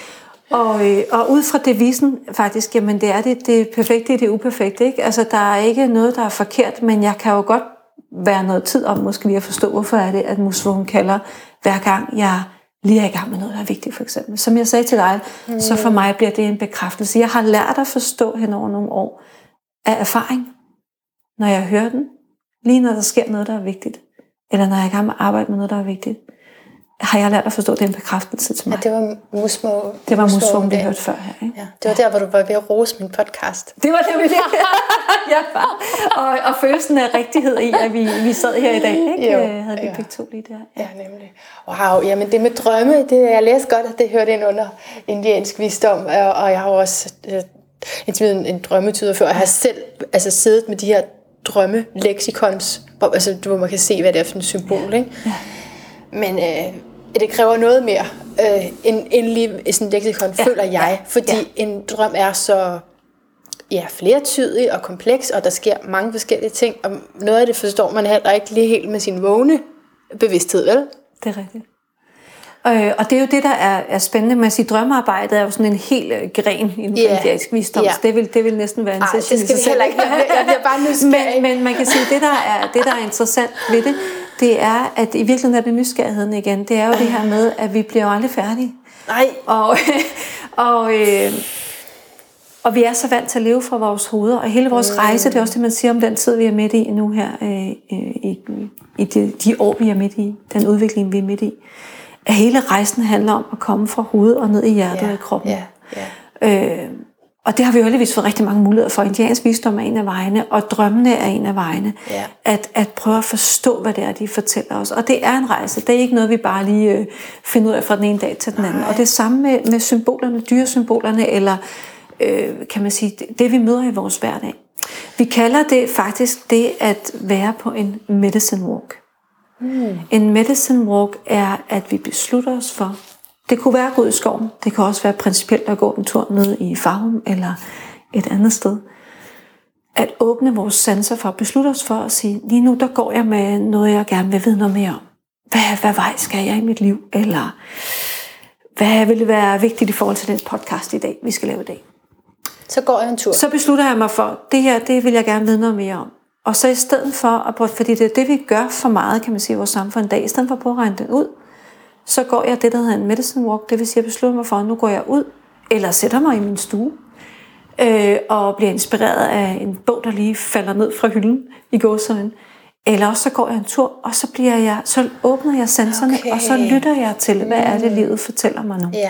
Og ud fra devisen faktisk, jamen det er det perfekte i det uperfekte. Ikke? Altså, der er ikke noget, der er forkert, men jeg kan jo godt være noget tid om, måske lige at forstå, hvorfor er det, at musvågen kalder, hver gang jeg lige er i gang med noget, der er vigtigt, for eksempel. Som jeg sagde til dig, så for mig bliver det en bekræftelse. Jeg har lært at forstå hen over nogle år af erfaring, når jeg hører den, lige når der sker noget, der er vigtigt, eller når jeg er i gang med at arbejde med noget, der er vigtigt, har jeg lært at forstå, det er en bekræftelse til mig. Ja, det var musvågen. Det var musvågen, vi hørte før her. Ikke? Ja, det var der, hvor du var ved at rose min podcast. Det var det, vi fik. Ja, og følelsen af rigtighed i, at vi sad her i dag, ikke? Havde vi begge to lige der. Ja, nemlig. Wow, jamen det med drømme, jeg læste godt, at det hørte ind under indiansk visdom, og jeg har også en drømmetyder før, og jeg har selv siddet med de her drømmeleksikons, hvor man kan se, hvad det er for et symbol, ikke? Ja. Men det kræver noget mere end lige sådan et leksikon, føler jeg. Fordi en drøm er så flertydig og kompleks, og der sker mange forskellige ting, og noget af det forstår man heller ikke lige helt med sin vågne bevidsthed, vel? Det er rigtigt. Og det er jo det, der er spændende med at sige, drømmearbejdet er jo sådan en hel gren inden for indiansk visdom. Det vil næsten være en session i sig selv. Jeg bliver bare nysgerrig. Men man kan sige, det der er interessant ved det er, at i virkeligheden er det nysgerrigheden igen. Det er jo det her med, at vi bliver jo aldrig færdige. Nej. Og vi er så vant til at leve fra vores hoveder, og hele vores rejse, det er også det, man siger om den tid, vi er midt i nu her, i de år, vi er midt i, den udvikling, vi er midt i. At hele rejsen handler om at komme fra hovedet og ned i hjertet og i kroppen. Og det har vi jo heldigvis fået rigtig mange muligheder for. Indiansk visdom er en af vejene, og drømmene er en af vejene. At prøve at forstå, hvad det er, de fortæller os. Og det er en rejse. Det er ikke noget, vi bare lige finder ud af fra den ene dag til den anden. Og det er samme med symbolerne, dyresymbolerne, eller kan man sige, det vi møder i vores hverdag. Vi kalder det faktisk det at være på en medicine walk. En medicine walk er, at vi beslutter os for, det kunne være at gå ud i skoven, det kan også være principielt at gå en tur ned i Farum eller et andet sted. At åbne vores sanser for, beslutte os for at sige, lige nu der går jeg med noget, jeg gerne vil vide noget mere om. Hvad vej skal jeg i mit liv? Eller hvad vil det være vigtigt i forhold til den podcast i dag, vi skal lave i dag? Så går jeg en tur. Så beslutter jeg mig for, det her, det vil jeg gerne vide noget mere om. Og så i stedet for at prøve, fordi det er det, vi gør for meget, kan man sige, i vores samfund i dag, i stedet for at prøve at regne den ud, så går jeg det, der hedder en medicine walk, det vil sige, at jeg beslutter mig for, at nu går jeg ud, eller sætter mig i min stue, og bliver inspireret af en bog, der lige falder ned fra hylden i gåseøjne. Eller også så går jeg en tur, og så åbner jeg sanserne, og så lytter jeg til, hvad er det, livet fortæller mig nu.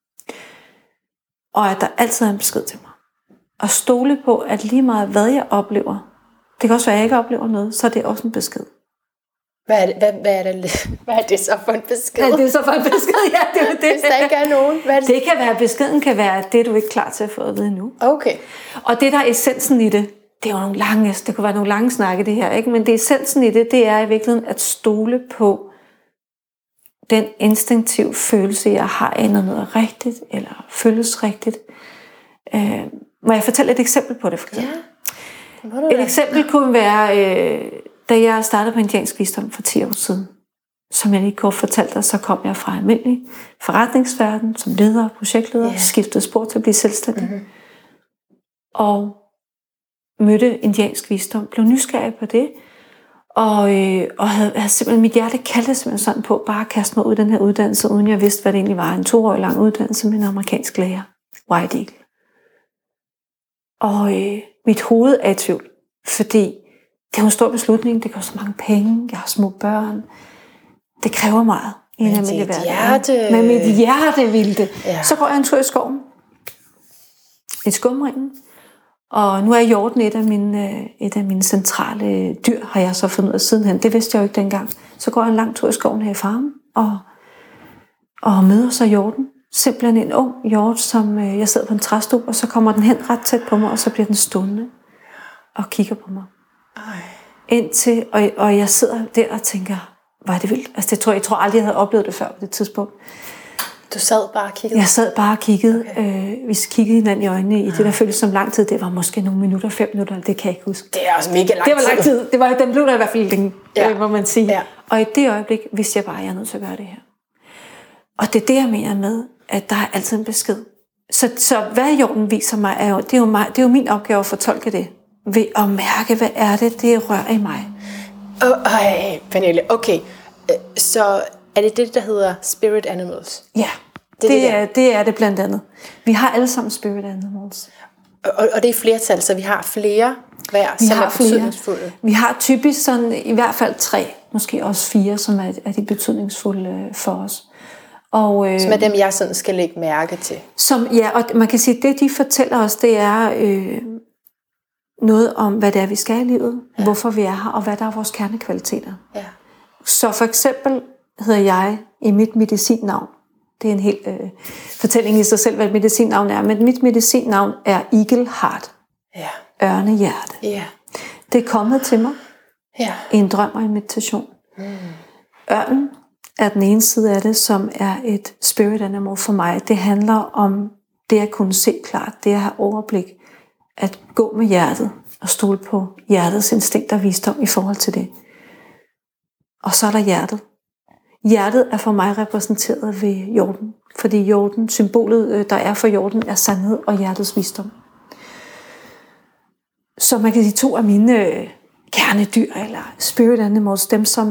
Og at der altid er en besked til mig. Og stole på, at lige meget hvad jeg oplever, det kan også være, at jeg ikke oplever noget, så er det også en besked. Hvad er det så for en besked? Hvad er det så for en besked? Ja, det er det. Hvis der ikke er nogen. Det kan være, beskeden kan være, at det er du ikke klar til at få at vide nu. Okay. Og det der er essensen i det, det er jo det kunne være nogle lange snakke det her, ikke? Men det essensen i det er i virkeligheden at stole på den instinktive følelse, jeg har af noget rigtigt, eller føles rigtigt. Må jeg fortælle et eksempel på det, for eksempel? Ja. Et eksempel kunne være, da jeg startede på indiansk visdom for 10 år siden, som jeg lige kort fortalte dig, så kom jeg fra almindelig forretningsverden, som leder og projektleder, skiftede spor til at blive selvstændig, og mødte indiansk visdom, blev nysgerrig på det, og havde simpelthen, mit hjerte kaldte simpelthen sådan på, bare at kaste mig ud i den her uddannelse, uden jeg vidste, hvad det egentlig var, en 2-årig lang uddannelse med en amerikansk lærer, White Eagle. Og mit hoved er i tvivl, fordi det er en stor beslutning, det koster mange penge, jeg har små børn, det kræver meget i en almindelig verden. Men mit hjerte ville det. Ja. Så går jeg en tur i skoven, i skumringen, og nu er hjorten et af mine centrale dyr, har jeg så fundet ud af sidenhen. Det vidste jeg jo ikke dengang. Så går jeg en lang tur i skoven her i Farum, og møder så hjorten. Simpelthen en ung hjort, som jeg sidder på en træstub, og så kommer den hen ret tæt på mig, og så bliver den stående og kigger på mig. Indtil, og jeg sidder der og tænker, hvor er det vildt. Altså jeg tror aldrig, jeg havde oplevet det før på det tidspunkt. Du sad bare og kiggede? Jeg sad bare og kiggede. Okay. Vi kiggede hinanden i øjnene i det, der føltes som lang tid. Det var måske nogle minutter, 5 minutter, det kan jeg ikke huske. Det er også mega lang tid. Det var lang tid. Den blev der i hvert fald længe, må man sige. Ja. Og i det øjeblik vidste jeg bare, at jeg er nødt til at gøre det her. Og det er det, jeg mener med, at der er altid en besked. Så hvad jorden viser mig, det er jo min opgave at fortolke det. Ved at mærke, hvad er det rører i mig. Pernille, okay. Så er det, der hedder spirit animals? Ja, det er det blandt andet. Vi har alle sammen spirit animals. Og det er flertal, så vi har flere hver, som er betydningsfulde? Vi har typisk sådan i hvert fald 3, måske også 4, som er de betydningsfulde for os. Og, som er dem, jeg sådan skal lægge mærke til? Og man kan sige, at det, de fortæller os, det er noget om, hvad det er, vi skal i livet, hvorfor vi er her, og hvad der er vores kernekvaliteter. Ja. Så for eksempel hedder jeg i mit medicinnavn, det er en hel fortælling i sig selv, hvad et medicinnavn er, men mit medicinnavn er Eagle Heart, ørnehjerte. Ja. Det er kommet til mig i en drøm og en meditation. Ørnen er den ene side af det, som er et spirit animal for mig. Det handler om det at kunne se klart, det at have overblik, at gå med hjertet og stole på hjertets instinkt og visdom i forhold til det. Og så er der hjertet. Hjertet er for mig repræsenteret ved hjorten, fordi hjorten, symbolet der er for hjorten, er sandhed og hjertets visdom. Så man kan sige, 2 af mine kernedyr, eller spirit animals,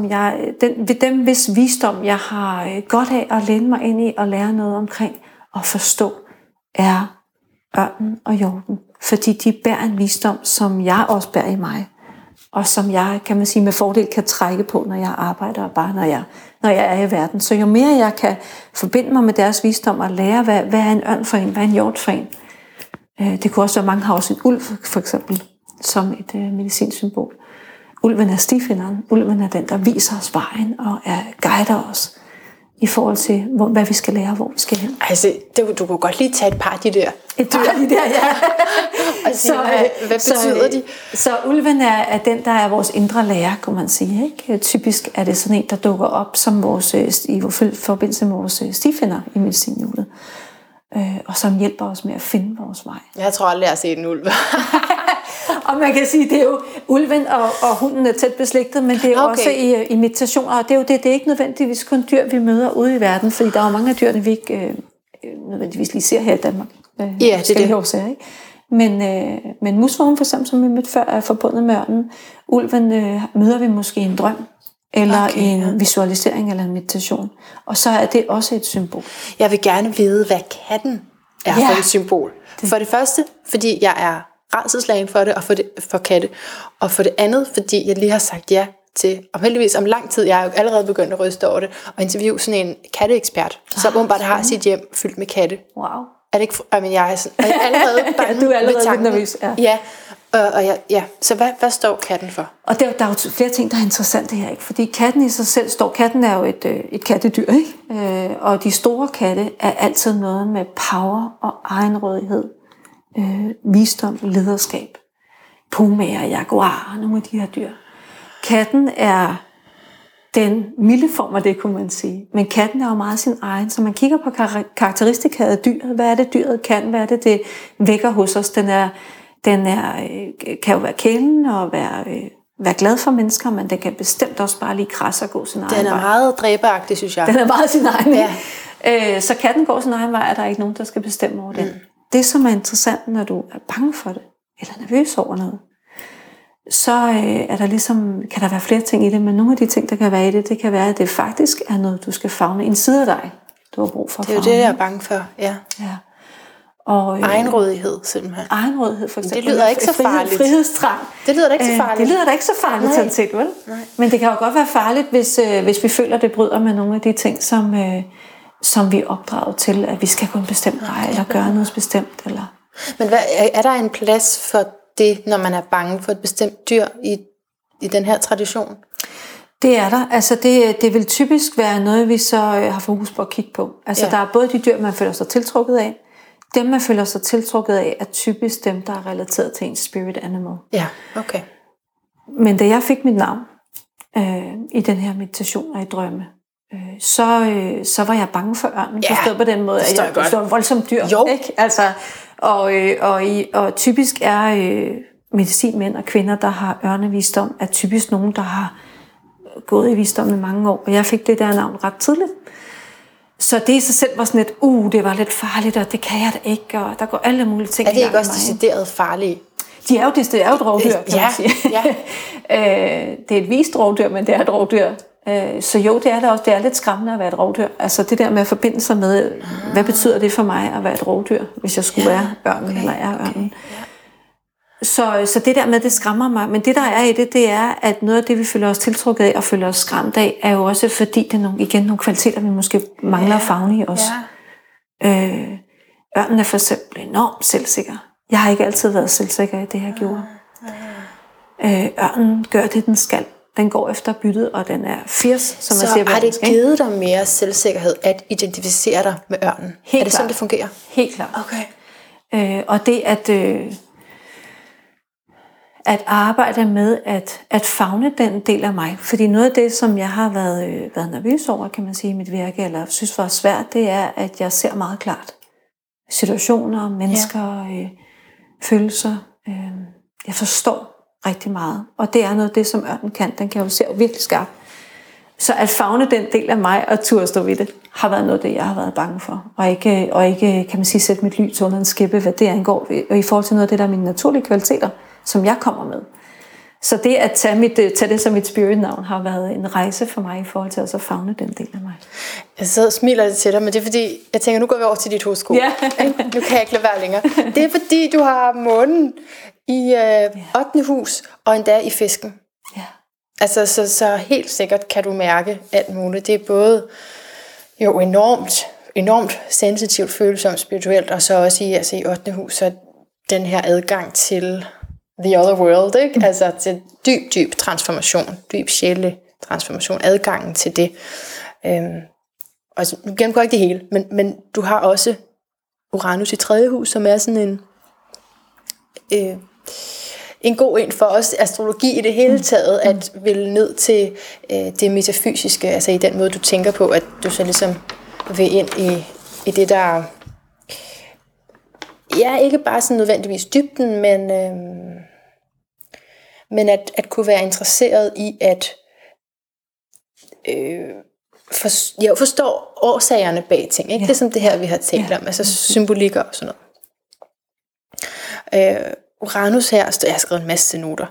dem hvis visdom jeg har godt af at læne mig ind i og lære noget omkring og forstå, er ørnen og hjorten. Fordi de bærer en visdom, som jeg også bærer i mig, og som jeg, kan man sige, med fordel kan trække på, når jeg arbejder, og bare når jeg er i verden. Så jo mere jeg kan forbinde mig med deres visdom og lære, hvad er en ørn for en, hvad er en hjort for en. Det kunne også være, mange har også en ulv, for eksempel, som et medicinsymbol. Ulven er stifinderen. Ulven er den, der viser os vejen og guider os i forhold til, hvad vi skal lære, hvor vi skal hen. Altså, du kunne godt lige tage et par af de der. Et par af de der, ja. Og sige, hvad betyder de? Så ulven er den, der er vores indre lærer, kunne man sige. Ikke? Typisk er det sådan en, der dukker op som i forbindelse med vores stifinder i medicinhjulet. Og som hjælper os med at finde vores vej. Jeg tror aldrig, jeg har set en ulv. Og man kan sige, det er jo ulven og hunden er tæt beslægtet, men det er jo også i meditationer, og det er jo det er ikke nødvendigvis kun dyr, vi møder ude i verden, fordi der er jo mange af dyrene, vi ikke nødvendigvis lige ser her i Danmark. Ja, det er det. Årsager, ikke? Men musvågen for eksempel, som vi mødte før, er forbundet med ørnen. Ulven møder vi måske i en drøm, eller en visualisering, eller en meditation. Og så er det også et symbol. Jeg vil gerne vide, hvad katten er for et symbol. For det første, fordi jeg er rædselsslagen for det, og for katte. Og for det andet, fordi jeg lige har sagt ja til, og heldigvis om lang tid, jeg er jo allerede begyndt at ryste over det, og interviewe sådan en katteekspert, som åbenbart har sit hjem fyldt med katte. Wow. Er det ikke? Men jeg er allerede bange. Du er allerede lidt nervøs. Ja. Så hvad står katten for? Og der er jo flere ting, der er interessante her, ikke? Fordi katten i sig selv katten er jo et kattedyr, ikke? Og de store katte er altid noget med power og egenrådighed, visdom, lederskab, pumaer, jaguarer, nogle af de her dyr. Katten er den milde form af det, kunne man sige. Men katten er jo meget sin egen, så man kigger på karakteristika af dyret. Hvad er det, dyret kan? Hvad er det vækker hos os? Den kan jo være kælen og være glad for mennesker, men den kan bestemt også bare lige krasse og gå sin egen vej. Den er meget dræberagtig, synes jeg. Den er meget sin egen, ja. Så katten går sin egen vej, og der er ikke nogen, der skal bestemme over den. Det, som er interessant, når du er bange for det, eller nervøs over noget, så er der ligesom, kan der være flere ting i det, men nogle af de ting, der kan være i det, det kan være, at det faktisk er noget, du skal favne. En side af dig, du har brug for at favne. Det er jo det, jeg er bange for, ja. Og, egenrådighed, simpelthen. Egenrådighed, for eksempel. Det lyder ikke så farligt. Frihedstrang. Det lyder da ikke så farligt. Det lyder da ikke så farligt, sådan set, vel? Nej. Men det kan jo godt være farligt, hvis vi føler, det bryder med nogle af de ting, som vi er opdraget til, at vi skal gå en bestemt vej, eller gøre noget bestemt. Eller. Men er der en plads for det, når man er bange for et bestemt dyr i den her tradition? Det er der. Altså det vil typisk være noget, vi så har fokus på at kigge på. Altså der er både de dyr, man føler sig tiltrukket af. Dem, man føler sig tiltrukket af, er typisk dem, der er relateret til en spirit animal. Ja, okay. Men da jeg fik mit navn i den her meditation og i drømme, så var jeg bange for ørnen. Forstået på den måde, at jeg var en voldsom dyr. Jo. Ikke? Altså, og typisk er medicinmænd og kvinder, der har ørnevisdom, er typisk nogen, der har gået i visdom i mange år. Og jeg fik det der navn ret tidligt. Så det i sig selv var sådan et, det var lidt farligt, og det kan jeg da ikke, og der går alle mulige ting. Er det ikke også decideret farlige? De er jo et rovdyr, kan man sige. Ja. Det er et vist rovdyr, men det er et rovdyr. Så jo, det er det også. Det er lidt skræmmende at være et rovdyr. Altså det der med at forbinde sig med, hvad betyder det for mig at være et rovdyr, hvis jeg skulle være ørnen eller er ørnen. Så det der med, det skræmmer mig. Men det der er i det er, at noget af det, vi føler os tiltrukket af og føler os skræmt af, er jo også fordi, det er nogle kvaliteter, vi måske mangler at favne i os. Ørnen er for eksempel enormt selvsikker. Jeg har ikke altid været selvsikker i det, jeg gjorde. Ørnen gør det, den skal. Den går efter byttet, og den er fierce, som man siger. Så har det givet dig mere selvsikkerhed at identificere dig med ørnen? Helt er det sådan, det fungerer? Helt klart. Okay. Og det at arbejde med at favne den del af mig. Fordi noget af det, som jeg har været nervøs over, kan man sige, i mit virke, eller synes var svært, det er, at jeg ser meget klart situationer, mennesker, følelser. Jeg forstår rigtig meget. Og det er noget af det, som ørnen kan. Den kan jo se virkelig skarpt. Så at favne den del af mig og turde stå ved det, har været noget af det, jeg har været bange for. Og ikke kan man sige, sætte mit lys under en skæppe, hvad det angår. Og i forhold til noget af det, der er mine naturlige kvaliteter, som jeg kommer med. Så det at tage det som mit spirit-navn, har været en rejse for mig i forhold til at så favne den del af mig. Jeg sidder og smiler lidt til dig, men det er fordi, jeg tænker, nu går vi over til dit horoskop. Ja. Nu kan jeg ikke lade være længere. Det er fordi, du har månen i 8. hus, og endda i fisken. Ja. Altså, så helt sikkert kan du mærke alt muligt. Det er både jo enormt sensitivt, følsomt, spirituelt, og så også i 8. hus, så den her adgang til the other world, ikke? Altså til dyb transformation, dyb sjælelig transformation, adgangen til det. Og nu gennemgår ikke det hele, men du har også Uranus i 3. hus, som er sådan en god en for os, astrologi i det hele taget, at ville ned til det metafysiske, altså i den måde, du tænker på, at du så ligesom vil ind i det, der ikke bare sådan nødvendigvis dybden, men at kunne være interesseret i at forstå årsagerne bag ting. Ikke? Ja. Det er som det her, vi har talt om, altså symbolikker og sådan noget. Uranus her, jeg har skrevet en masse noter.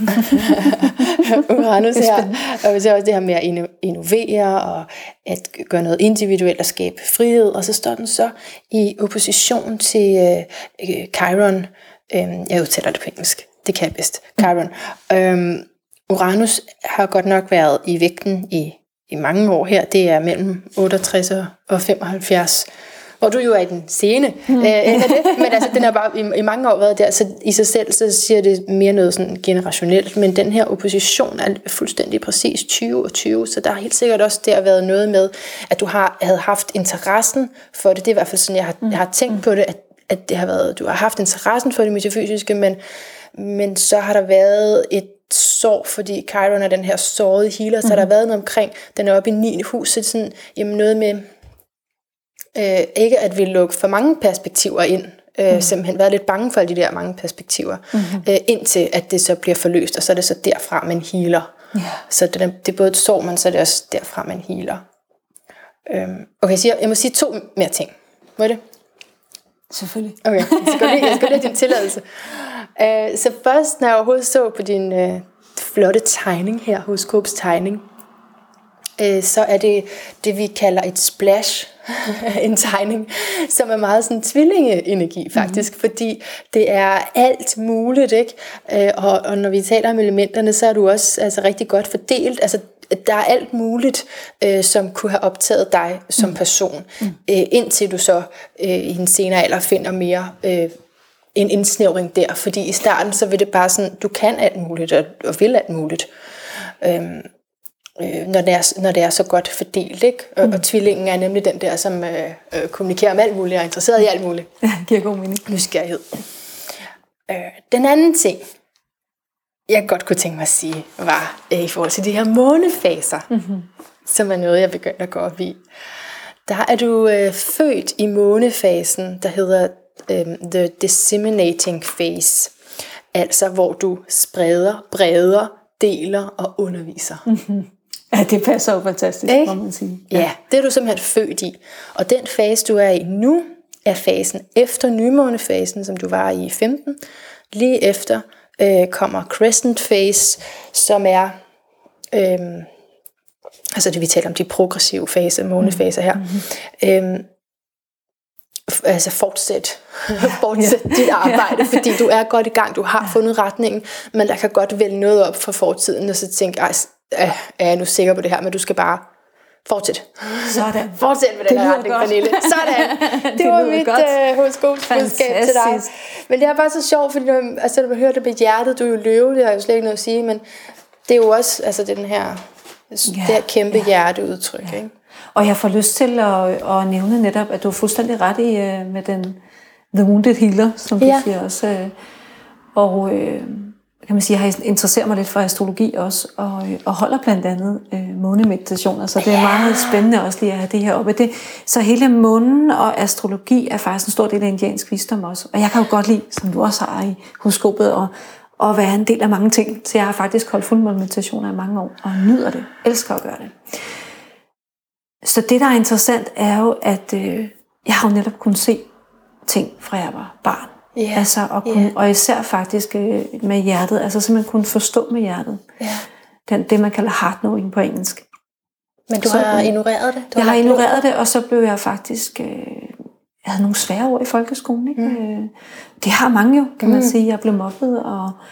Uranus her, og så også det her med at innovere og at gøre noget individuelt og skabe frihed, og så står den så i opposition til Chiron. Jeg udtaler det på engelsk, det kan jeg bedst. Chiron. Uranus har godt nok været i vægten i mange år her. Det er mellem 68 og 75, hvor du jo er i den sene af det, men altså den har bare i mange år været der, så i sig selv så siger det mere noget sådan generationelt, men den her opposition er fuldstændig præcis 20 og 20, så der har helt sikkert også der været noget med, at du havde haft interessen for det. Det er i hvert fald sådan, jeg har tænkt på det, at det har været, du har haft interessen for det metafysiske, men så har der været et sorg, fordi Chiron er den her sårede healer, så har der været noget omkring, den er oppe i 9. hus, så det er sådan, jamen noget med ikke at vi lukke for mange perspektiver ind, simpelthen været lidt bange for alle de der mange perspektiver, indtil at det så bliver forløst, og så er det så derfra, man healer. Yeah. Så det er både et sorg, men så er det også derfra, man healer. Okay, så jeg må sige 2 mere ting. Må det? Selvfølgelig. Okay, jeg skal lige have din tilladelse. Så først, når jeg overhovedet så på din flotte tegning her, horoskopstegning, så er det vi kalder et splash, en tegning, som er meget sådan tvillingeenergi faktisk, fordi det er alt muligt, ikke? Og når vi taler om elementerne, så er du også altså rigtig godt fordelt, altså der er alt muligt, som kunne have optaget dig som person, indtil du så i en senere alder finder mere en indsnævring der, fordi i starten så vil det bare sådan, du kan alt muligt og vil alt muligt. Når det er så godt fordelt, ikke? Og tvillingen er nemlig den der, som kommunikerer om alt muligt og er interesseret i alt muligt. Ja, giver god mening. Nysgerrighed. Den anden ting, jeg godt kunne tænke mig at sige, var i forhold til de her månefaser, som er noget, jeg begynder at gå op i. Der er du født i månefasen, der hedder the disseminating phase. Altså, hvor du spreder, breder, deler og underviser. Ja, det passer jo fantastisk, må man sige. Ja, det er du simpelthen født i. Og den fase, du er i nu, er fasen efter nymånefasen, som du var i 15. Lige efter kommer crescent phase, som er altså det vi taler om de progressive faser, månefaser her. Altså fortsæt dit arbejde, fordi du er godt i gang, du har fundet retningen, men der kan godt vælge noget op fra fortiden, og så tænke, er jeg nu sikker på det her, men du skal bare fortsætte. Sådan. Fortsæt med den her retning, Pernille. Sådan. Det var mit horoskopsbudskab til dig. Men det er bare så sjovt, fordi når man hører det med hjertet, du er jo løve, det har jeg jo slet ikke noget at sige, men det er jo også altså den her, det her kæmpe hjerteudtryk, ikke? Og jeg får lyst til at nævne netop, at du er fuldstændig ret i med den The Wounded Healer, som du siger også. kan man sige, har interesseret mig lidt for astrologi også, og holder blandt andet månemeditationer, så det er meget spændende også lige at have det her oppe. Så hele månen og astrologi er faktisk en stor del af indiansk visdom også. Og jeg kan jo godt lide, som du også har i horoskopet, og være en del af mange ting. Så jeg har faktisk holdt fuldmånemeditationer i mange år, og nyder det, elsker at gøre det. Så det, der er interessant, er jo, at jeg har jo netop kunnet se ting, fra jeg var barn. Yeah. Altså, og især faktisk med hjertet, altså simpelthen kunne forstå med hjertet. Yeah. Det, man kalder heart knowing på engelsk. Men du har ignoreret det? Jeg har ignoreret det, og så blev jeg faktisk... jeg havde nogle svære år i folkeskolen. Ikke? Det har mange jo, kan man sige. Jeg blev mobbet,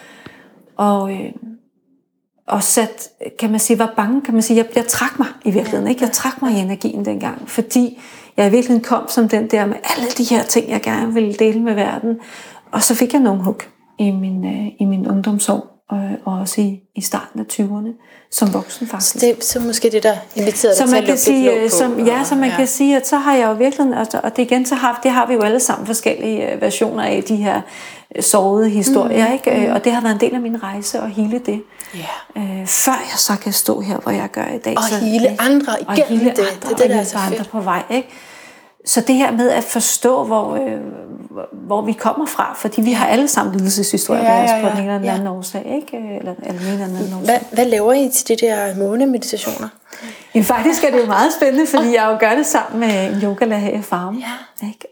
og sat, kan man sige, var bange, kan man sige. Jeg trak mig i virkeligheden, ikke? Jeg trak mig i energien dengang, fordi jeg i virkeligheden kom som den der med alle de her ting, jeg gerne ville dele med verden. Og så fik jeg nogle hug i min ungdomsår, og også i starten af 20'erne, som voksen faktisk. Så måske det, der inviterede dig til at lukke lidt låg på. Så man kan sige, at så har jeg jo virkelig, og det igen, det har vi jo alle sammen forskellige versioner af de her sårede historier, ikke? Og det har været en del af min rejse at hele det. Yeah. Før jeg så kan stå her, hvor jeg gør i dag. Og hele andre igennem det. Det er det, der er så fedt. På vej, ikke? Så det her med at forstå, hvor vi kommer fra, fordi vi har alle sammen lidelseshistorier med os på den ene eller anden årsag, ikke? Eller en eller anden årsag. Hvad laver I til de der månemeditationer? Jamen, faktisk er det jo meget spændende, fordi jeg jo gør det sammen med en yogalærer her i Farum. Ja. Ikke?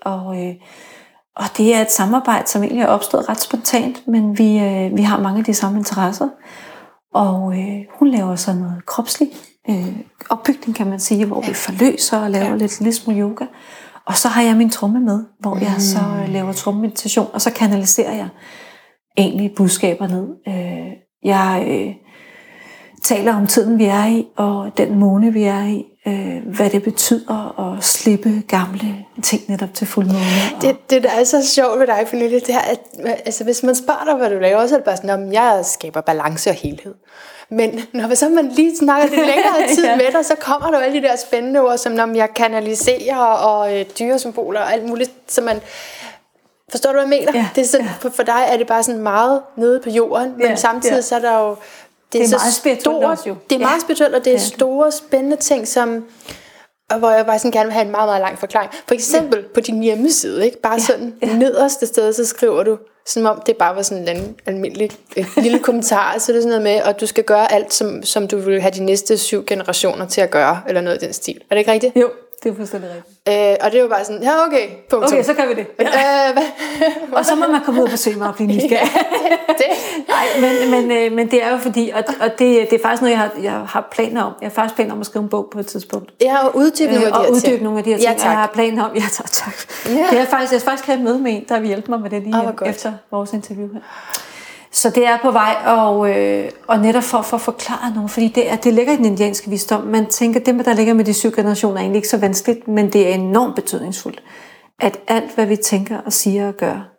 Og det er et samarbejde, som egentlig er opstået ret spontant, men vi har mange af de samme interesser. Og hun laver sådan noget kropslig opbygning, kan man sige, hvor vi forløser og laver lidt smule yoga. Og så har jeg min tromme med, hvor jeg så laver trommemeditation, og så kanaliserer jeg egentlig budskaber ned. Jeg taler om tiden, vi er i, og den måne, vi er i, hvad det betyder at slippe gamle ting netop til fuldmåne. Det der er så sjovt ved dig, Pernille, det er, at altså, hvis man spørger dig, hvad du laver, så er det bare sådan, at jeg skaber balance og helhed. Men når så man lige snakker lidt længere tid med dig, så kommer der jo alle de der spændende ord, som når jeg kanaliserer og dyresymboler og alt muligt, så man... Forstår du, hvad jeg mener? Ja, det er sådan, for dig er det bare sådan meget nede på jorden, men samtidig så er der jo... Det er meget spirituelt også jo. Det er meget spirituelt, og det er store, spændende ting, som... Og hvor jeg bare sådan gerne vil have en meget, meget lang forklaring. For eksempel på din hjemmeside, ikke? Bare sådan nederste sted, så skriver du, som om det bare var sådan en almindelig lille kommentar. Så det er sådan noget med, at du skal gøre alt, som du vil have de næste 7 generationer til at gøre, eller noget i den stil. Er det ikke rigtigt? Jo, det er fuldstændig rigtigt. Og det er jo bare sådan, ja okay, punktum. Okay, så kan vi det. Og så må man komme ud og besøge mig og blive nysgerrig. Nej, men det er jo fordi, og det er faktisk noget, jeg har planer om. Jeg har faktisk planer om at skrive en bog på et tidspunkt. Jeg har uddybt nogle af de her ting. Jeg har planer om, tak. Ja. Jeg har faktisk haft møde med en, der vil hjælpe mig med det lige efter vores interview her. Så det er på vej, og netop for at forklare noget, fordi det ligger i den indianske visdom. Man tænker, det der ligger med de 7 generationer, er egentlig ikke så vanskeligt, men det er enormt betydningsfuldt, at alt, hvad vi tænker og siger og gør,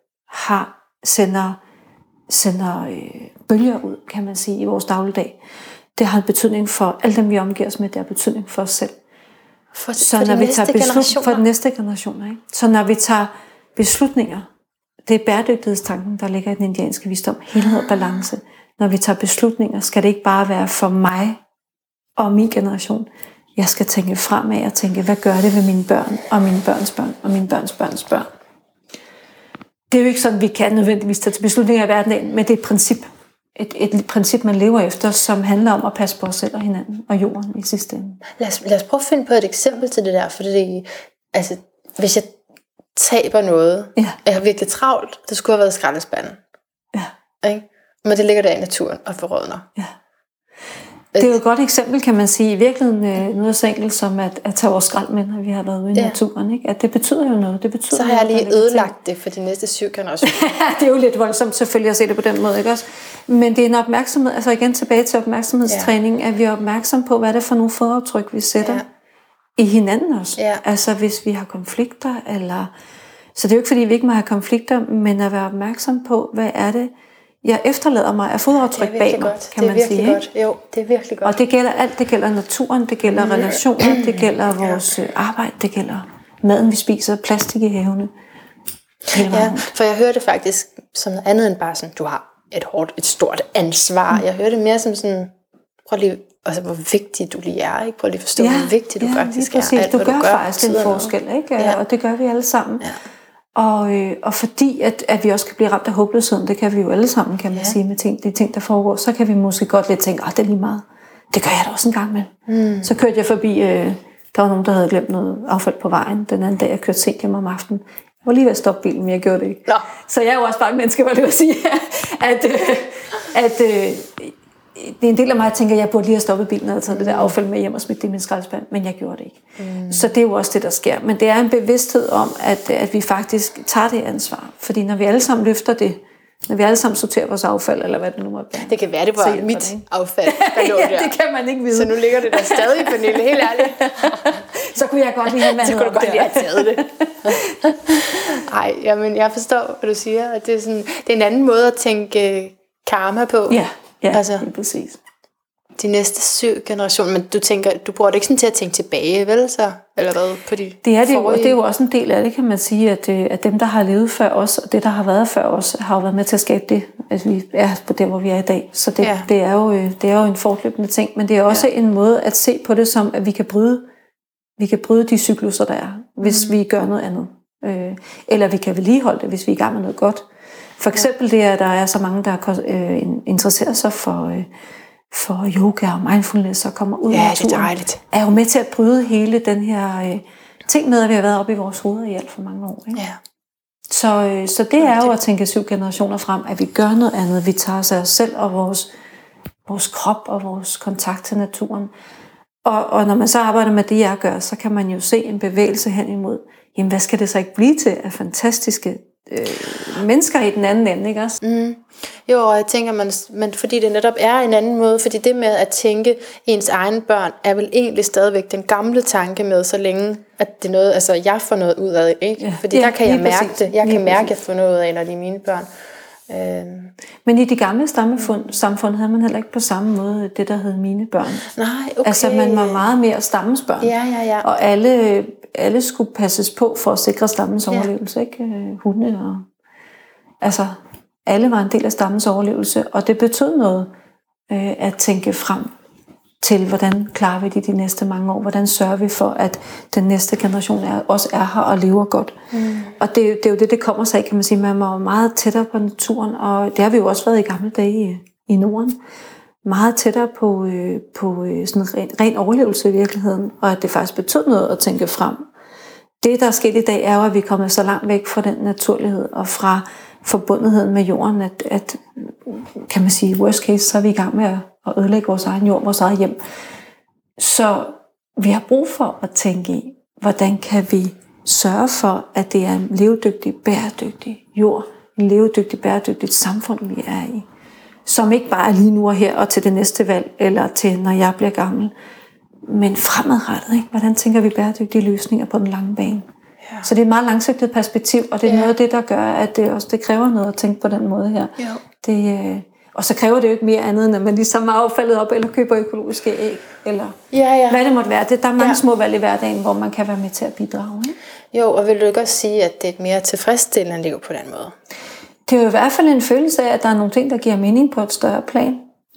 sender bølger ud, kan man sige, i vores dagligdag. Det har en betydning for alle dem, vi omgiver os med, det har betydning for os selv. For de næste generationer. Ikke? Så når vi tager beslutninger, det er bæredygtighedstanken, der ligger i den indianske visdom. Helhed og balance. Når vi tager beslutninger, skal det ikke bare være for mig og min generation. Jeg skal tænke fremad og tænke, hvad gør det ved mine børn og mine børns børn og mine børns børns børn. Det er jo ikke sådan, vi kan nødvendigvis tage beslutninger i verden, men det er et princip. Et princip, man lever efter, som handler om at passe på os selv og hinanden og jorden i sidste ende. Lad os prøve at finde på et eksempel til det der, for altså, hvis jeg taber noget, jeg har virkelig travlt, det skulle have været skraldespanden. Ja. Ikke? Men det ligger der i naturen og forrådner. Ja. Det er jo et godt eksempel, kan man sige. I virkeligheden noget så enkelt som at tage vores skrald med, når vi har været ude i naturen. Ikke? At det betyder jo noget. Det betyder så har jeg lige ødelagt det for de næste 7 generationer. Det er jo lidt voldsomt selvfølgelig at se det på den måde, ikke også? Men det er en opmærksomhed, altså igen tilbage til opmærksomhedstræning, at vi er opmærksom på, hvad det er for nogle fodaftryk, vi sætter i hinanden også. Ja. Altså hvis vi har konflikter, eller... Så det er jo ikke fordi, vi ikke må have konflikter, men at være opmærksom på, hvad er det, jeg efterlader mig af fodaftryk bag mig, kan man sige. Godt. Jo, det er virkelig godt. Og det gælder alt. Det gælder naturen, det gælder relationer, det gælder vores arbejde, det gælder maden, vi spiser, plastik i havene. Ja, for jeg hørte faktisk som noget andet end bare sådan, du har et stort ansvar. Jeg hører det mere som sådan, prøv lige, altså hvor vigtig du lige er, ikke? Prøv lige at forstå, hvor vigtig du faktisk er. Alt, du gør faktisk en forskel, ikke? Ja. Og det gør vi alle sammen. Ja. Og fordi at vi også kan blive ramt af håbløsheden, det kan vi jo alle sammen, kan man sige, med de ting, der foregår, så kan vi måske godt lidt tænke, det er lige meget. Det gør jeg da også en gang med. Så kørte jeg forbi, der var nogen, der havde glemt noget affald på vejen den anden dag, jeg kørte sent hjem om aftenen. Jeg var lige ved at stoppe bilen, men jeg gjorde det ikke. Nå. Så jeg er jo også bare et menneske, hvor det vil sige, at det er en del af mig, der tænker, at jeg burde lige have stoppet bilen og taget det der affald med hjem og smidt det i min skraldespand, men jeg gjorde det ikke. Så det er jo også det, der sker. Men det er en bevidsthed om, at vi faktisk tager det ansvar. Fordi når vi alle sammen løfter det, når vi alle sammen sorterer vores affald, eller hvad det nu måtte være. Det kan være, det var mit affald, der lå der. Det kan man ikke vide. Så nu ligger det der stadig, Pernille, helt ærligt. Så kunne jeg godt lige have så kunne du godt lige have taget det. Ej, jamen, jeg forstår, hvad du siger. At det er en anden måde at tænke karma på. Ja, altså, præcis. De næste 7 generationer, men du bruger det ikke sådan til at tænke tilbage, vel så? Eller hvad på de det er det jo, og det er jo også en del af det, kan man sige, at dem, der har levet før os, og det, der har været før os, har jo været med til at skabe det, at vi er på der, hvor vi er i dag. Så det er jo en fortløbende ting, men det er også en måde at se på det som, at vi kan bryde de cykluser, der er, hvis vi gør noget andet. Eller vi kan vedligeholde det, hvis vi er i gang med noget godt. For eksempel det, at der er så mange, der interesserer sig for yoga og mindfulness og kommer ud i naturen, det er dejligt. Er jo med til at bryde hele den her ting med, at vi har været oppe i vores hoveder i alt for mange år. Ikke? Ja. Så det er jo at tænke 7 generationer frem, at vi gør noget andet. Vi tager os af os selv og vores krop og vores kontakt til naturen. Og når man så arbejder med det, jeg gør, så kan man jo se en bevægelse hen imod, jamen hvad skal det så ikke blive til af fantastiske mennesker i den anden ende, ikke også? Jo, og jeg tænker, men fordi det netop er en anden måde, fordi det med at tænke ens egne børn, er vel egentlig stadigvæk den gamle tanke med, så længe at det er noget, altså jeg får noget ud af det, ikke? Ja, fordi der kan jeg mærke præcis. Det. Jeg kan mærke, at jeg får noget ud af, når de er mine børn. Men i de gamle samfund havde man heller ikke på samme måde det, der hed mine børn. Nej, okay. Altså man var meget mere stammens børn. Ja. Og alle skulle passes på for at sikre stammens overlevelse, ikke? Hunde og... Altså, alle var en del af stammens overlevelse, og det betød noget at tænke frem til, hvordan klarer vi det de næste mange år, hvordan sørger vi for, at den næste generation også er her og lever godt. Og det er jo det kommer sig af, kan man sige, man var meget tættere på naturen, og det har vi jo også været i gamle dage i Norden, meget tættere på sådan ren overlevelse i virkeligheden, og at det faktisk betød noget at tænke frem. Det, der er sket i dag, er jo, at vi er kommet så langt væk fra den naturlighed, og fra forbundetheden med jorden, at kan man sige, worst case, så er vi i gang med at ødelægge vores egen jord, vores eget hjem. Så vi har brug for at tænke i, hvordan kan vi sørge for, at det er en levedygtig, bæredygtig jord, en levedygtig, bæredygtigt samfund, vi er i, som ikke bare er lige nu og her, og til det næste valg, eller til, når jeg bliver gammel, men fremadrettet, ikke? Hvordan tænker vi bæredygtige løsninger på den lange bane? Ja. Så det er et meget langsigtet perspektiv, og det er noget af det, der gør, at det kræver noget at tænke på den måde her. Og så kræver det jo ikke mere andet, end at man ligesom har affaldet op, eller køber økologiske æg, eller hvad det måtte være. Der er mange små valg i hverdagen, hvor man kan være med til at bidrage. Ikke? Jo, og vil du ikke også sige, at det er et mere tilfredsstillende liv på den måde? Det er jo i hvert fald en følelse af, at der er nogle ting, der giver mening på et større plan.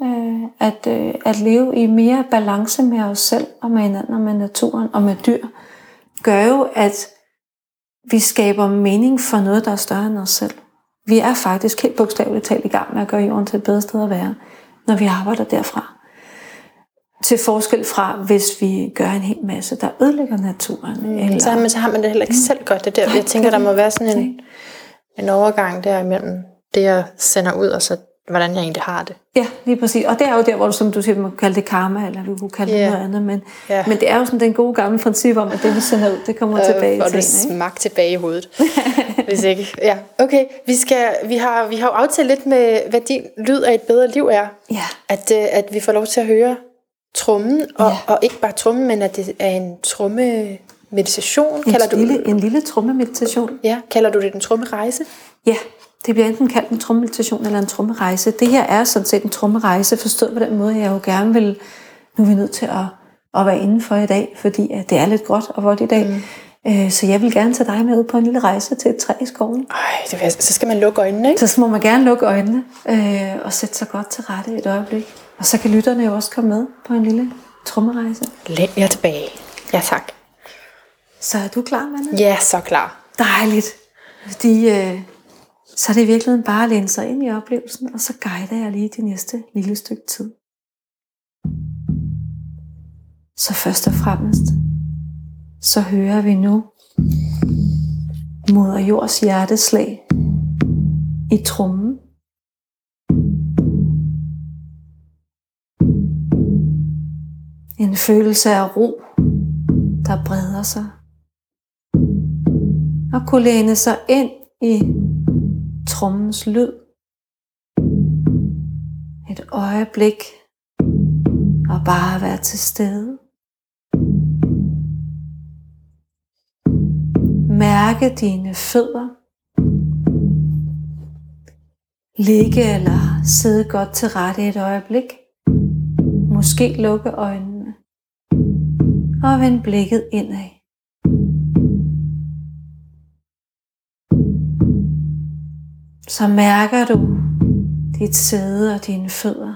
At leve i mere balance med os selv, og med hinanden, og med naturen, og med dyr, gør jo, at vi skaber mening for noget, der er større end os selv. Vi er faktisk helt bogstaveligt talt i gang med at gøre jorden til et bedre sted at være, når vi arbejder derfra. Til forskel fra, hvis vi gør en hel masse, der ødelægger naturen. Eller... Så har man det heller ikke selv godt. Det der. Jeg tænker, der må være sådan en overgang der imellem det, jeg sender ud, og så hvordan jeg egentlig har det. Ja, lige præcis. Og det er jo der, hvor du, som du siger, man kan kalde det karma, eller vi kunne kalde det noget andet. Men det er jo sådan den gode gamle princip om, at det vi sender ud, det kommer tilbage til. Og det smagt tilbage i hovedet. Hvis ikke. Ja, okay. Vi har jo aftalt lidt med, hvad din lyd af et bedre liv er. Ja. At vi får lov til at høre trommen, og ikke bare trommen, men at det er en trommemeditation. En lille trommemeditation. Ja, kalder du det en trommerejse? Ja. Det bliver enten kaldt en trommemeditation eller en trommerejse. Det her er sådan set en trommerejse, forstået på den måde, jeg jo gerne vil, nu er vi nødt til at være inden for i dag, fordi det er lidt gråt og vådt i dag. Så jeg vil gerne tage dig med ud på en lille rejse til et træ i skoven. Så skal man lukke øjnene, ikke? Så må man gerne lukke øjnene og sætte sig godt til rette et øjeblik. Og så kan lytterne jo også komme med på en lille trommerejse. Læn jer tilbage. Ja, tak. Så er du klar, Manna? Ja, så klar. Dejligt. Fordi så er det i virkeligheden bare at læne sig ind i oplevelsen, og så guider jeg lige de næste lille stykke tid. Så først og fremmest, så hører vi nu Moder Jords hjerteslag i trommen. En følelse af ro, der breder sig. Og kunne læne sig ind i trommens lyd. Et øjeblik og bare være til stede. Mærke dine fødder. Ligge eller sidde godt til rette et øjeblik. Måske lukke øjnene. Og vend blikket indad. Så mærker du dit sæde og dine fødder.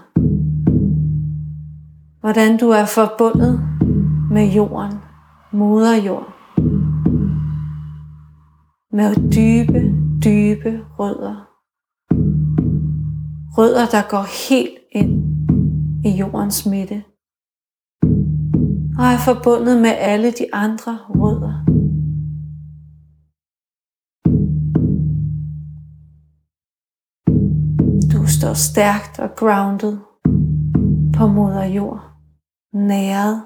Hvordan du er forbundet med jorden, moder jord. Med dybe, dybe rødder. Rødder, der går helt ind i jordens midte. Og er forbundet med alle de andre rødder. Du står stærkt og grounded på moder jord. Næret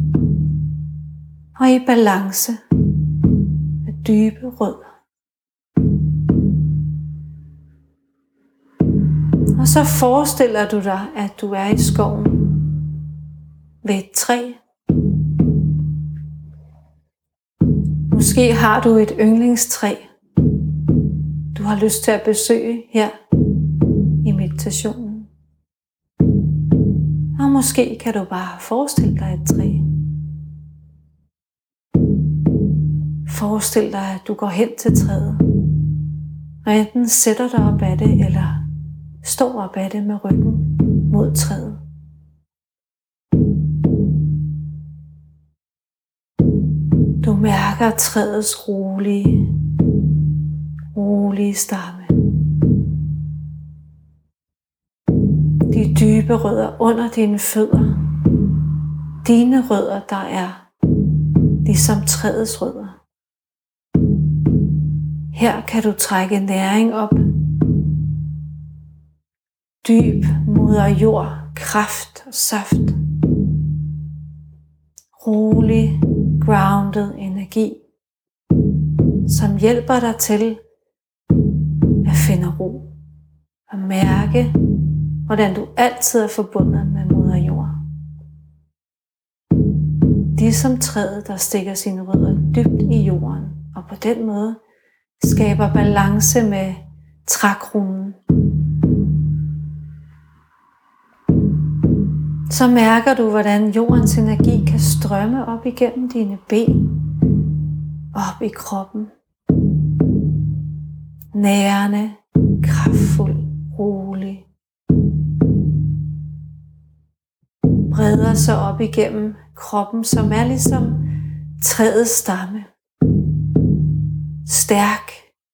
og i balance med dybe rødder. Og så forestiller du dig, at du er i skoven ved et træ. Måske har du et yndlingstræ, du har lyst til at besøge her i meditationen. Og måske kan du bare forestille dig et træ. Forestil dig, at du går hen til træet, og enten sætter dig op ad det, eller står op ad det med ryggen mod træet. Du mærker træets rolige stamme. De dybe rødder under dine fødder. Dine rødder, der er ligesom træets rødder. Her kan du trække næring op. Dyb moder jord, kraft og saft. Rolig, grounded energi, som hjælper dig til at finde ro og mærke, hvordan du altid er forbundet med moder jord. Det er som træet, der stikker sine rødder dybt i jorden, og på den måde skaber balance med trækronen. Så mærker du, hvordan jordens energi kan strømme op igennem dine ben, op i kroppen. Nærende, kraftfuld, rolig. Breder sig op igennem kroppen, som er ligesom træets stamme. Stærk,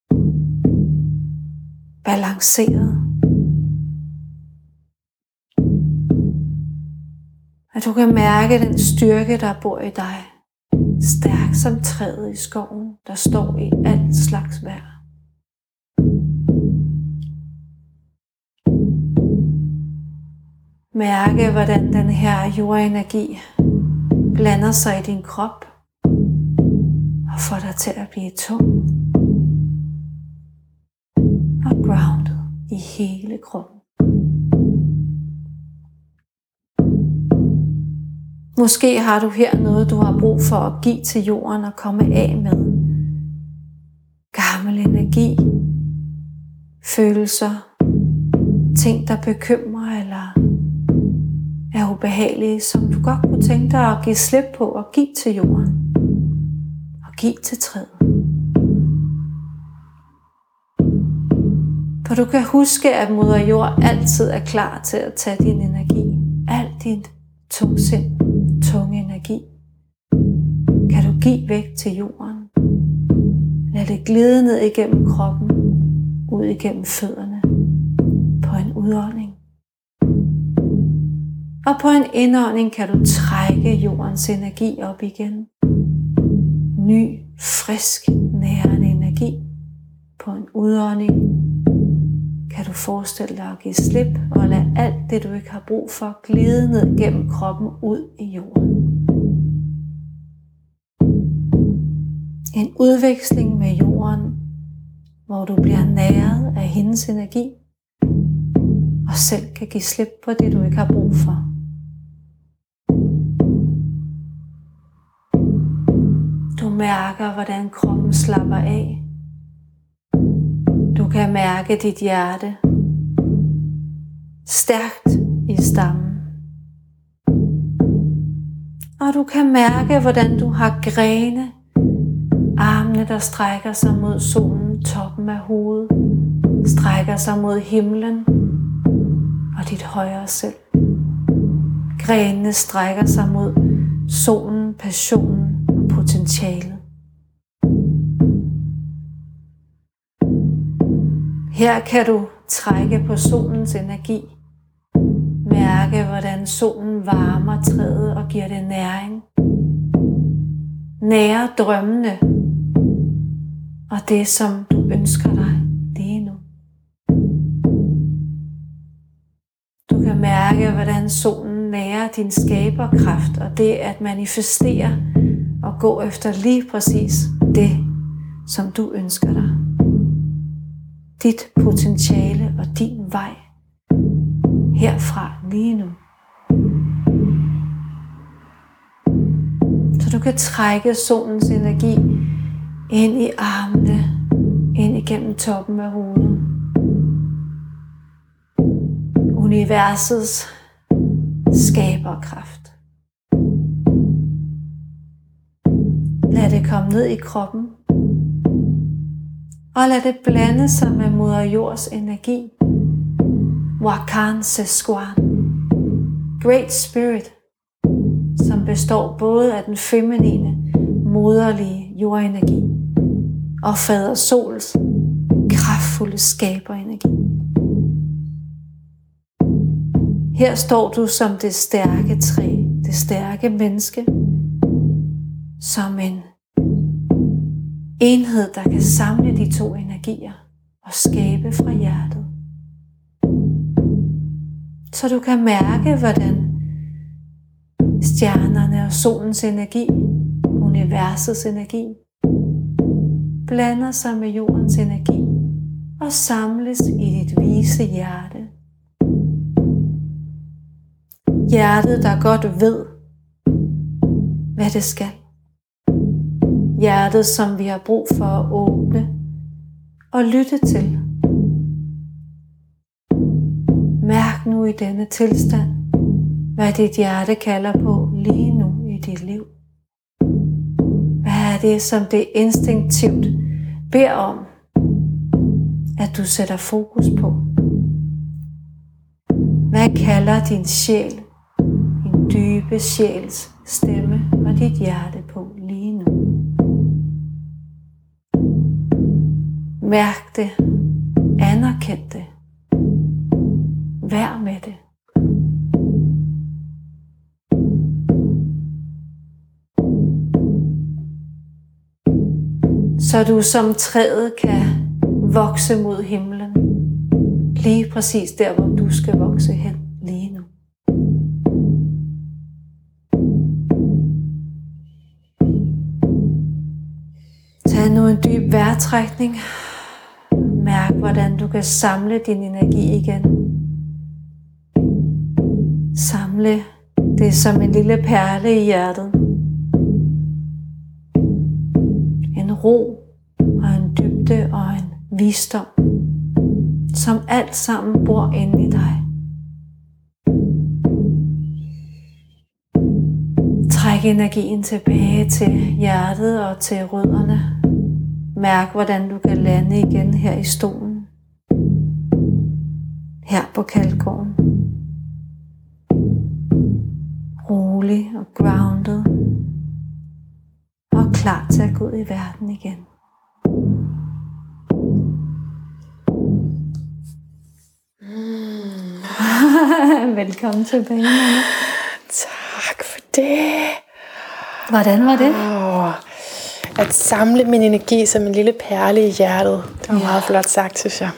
balanceret. At du kan mærke den styrke, der bor i dig. Stærk som træet i skoven, der står i alt slags vejr. Mærke, hvordan den her jordenergi blander sig i din krop og får dig til at blive tung og grounded i hele kroppen. Måske har du her noget, du har brug for at give til jorden og komme af med. Gammel energi, følelser, ting der bekymrer eller er ubehagelige, som du godt kunne tænke dig at give slip på og give til jorden. Og energi til træet. For du kan huske, at moder jord altid er klar til at tage din energi. Al din tungsind, tunge energi, kan du give væk til jorden. Lad det glide ned igennem kroppen, ud igennem fødderne, på en udånding. Og på en indånding kan du trække jordens energi op igen. Ny, frisk, nærende energi. På en udånding kan du forestille dig at give slip og lade alt det, du ikke har brug for, glide ned gennem kroppen ud i jorden. En udveksling med jorden, hvor du bliver næret af hendes energi, og selv kan give slip på det, du ikke har brug for. Du mærker, hvordan kroppen slapper af. Du kan mærke dit hjerte stærkt i stammen. Og du kan mærke, hvordan du har grene, armene der strækker sig mod solen, toppen af hovedet, strækker sig mod himlen og dit højere selv. Grenene strækker sig mod solen, passionen og potentialet. Her kan du trække på solens energi. Mærke, hvordan solen varmer træet og giver det næring. Nære drømmene og det, som du ønsker dig lige nu. Du kan mærke, hvordan solen nærer din skaberkraft og det at manifestere og gå efter lige præcis det, som du ønsker dig. Dit potentiale og din vej herfra lige nu. Så du kan trække solens energi ind i armene, ind igennem toppen af hovedet. Universets skaberkraft. Lad det komme ned i kroppen. Og lad det blande sig med moder jords energi. Wakan Sesquan. Great Spirit, som består både af den feminine, moderlige jordenergi og fader sols kraftfulde skaberenergi. Her står du som det stærke træ, det stærke menneske, som en enhed, der kan samle de to energier og skabe fra hjertet. Så du kan mærke, hvordan stjernerne og solens energi, universets energi, blander sig med jordens energi og samles i dit vise hjerte. Hjertet, der godt ved, hvad det skal. Hjertet, som vi har brug for at åbne og lytte til. Mærk nu i denne tilstand, hvad dit hjerte kalder på lige nu i dit liv. Hvad er det, som det instinktivt beder om, at du sætter fokus på? Hvad kalder din sjæl, din dybe sjæls stemme og dit hjerte på lige nu? Mærk det, anerkend det, vær med det. Så du som træet kan vokse mod himlen, lige præcis der, hvor du skal vokse hen lige nu. Tag nu en dyb vejrtrækning. Mærk, hvordan du kan samle din energi igen. Samle det som en lille perle i hjertet. En ro og en dybde og en visdom, som alt sammen bor inde i dig. Træk Træk energien tilbage til hjertet og til rødderne. Mærk, hvordan du kan lande igen her i stolen. Her på Kalkgården. Rolig og grounded. Og klar til at gå ud i verden igen. Velkommen tilbage, Nanna. Tak for det. Hvordan var det? At samle min energi som en lille perle i hjertet. Det var meget flot sagt, synes jeg.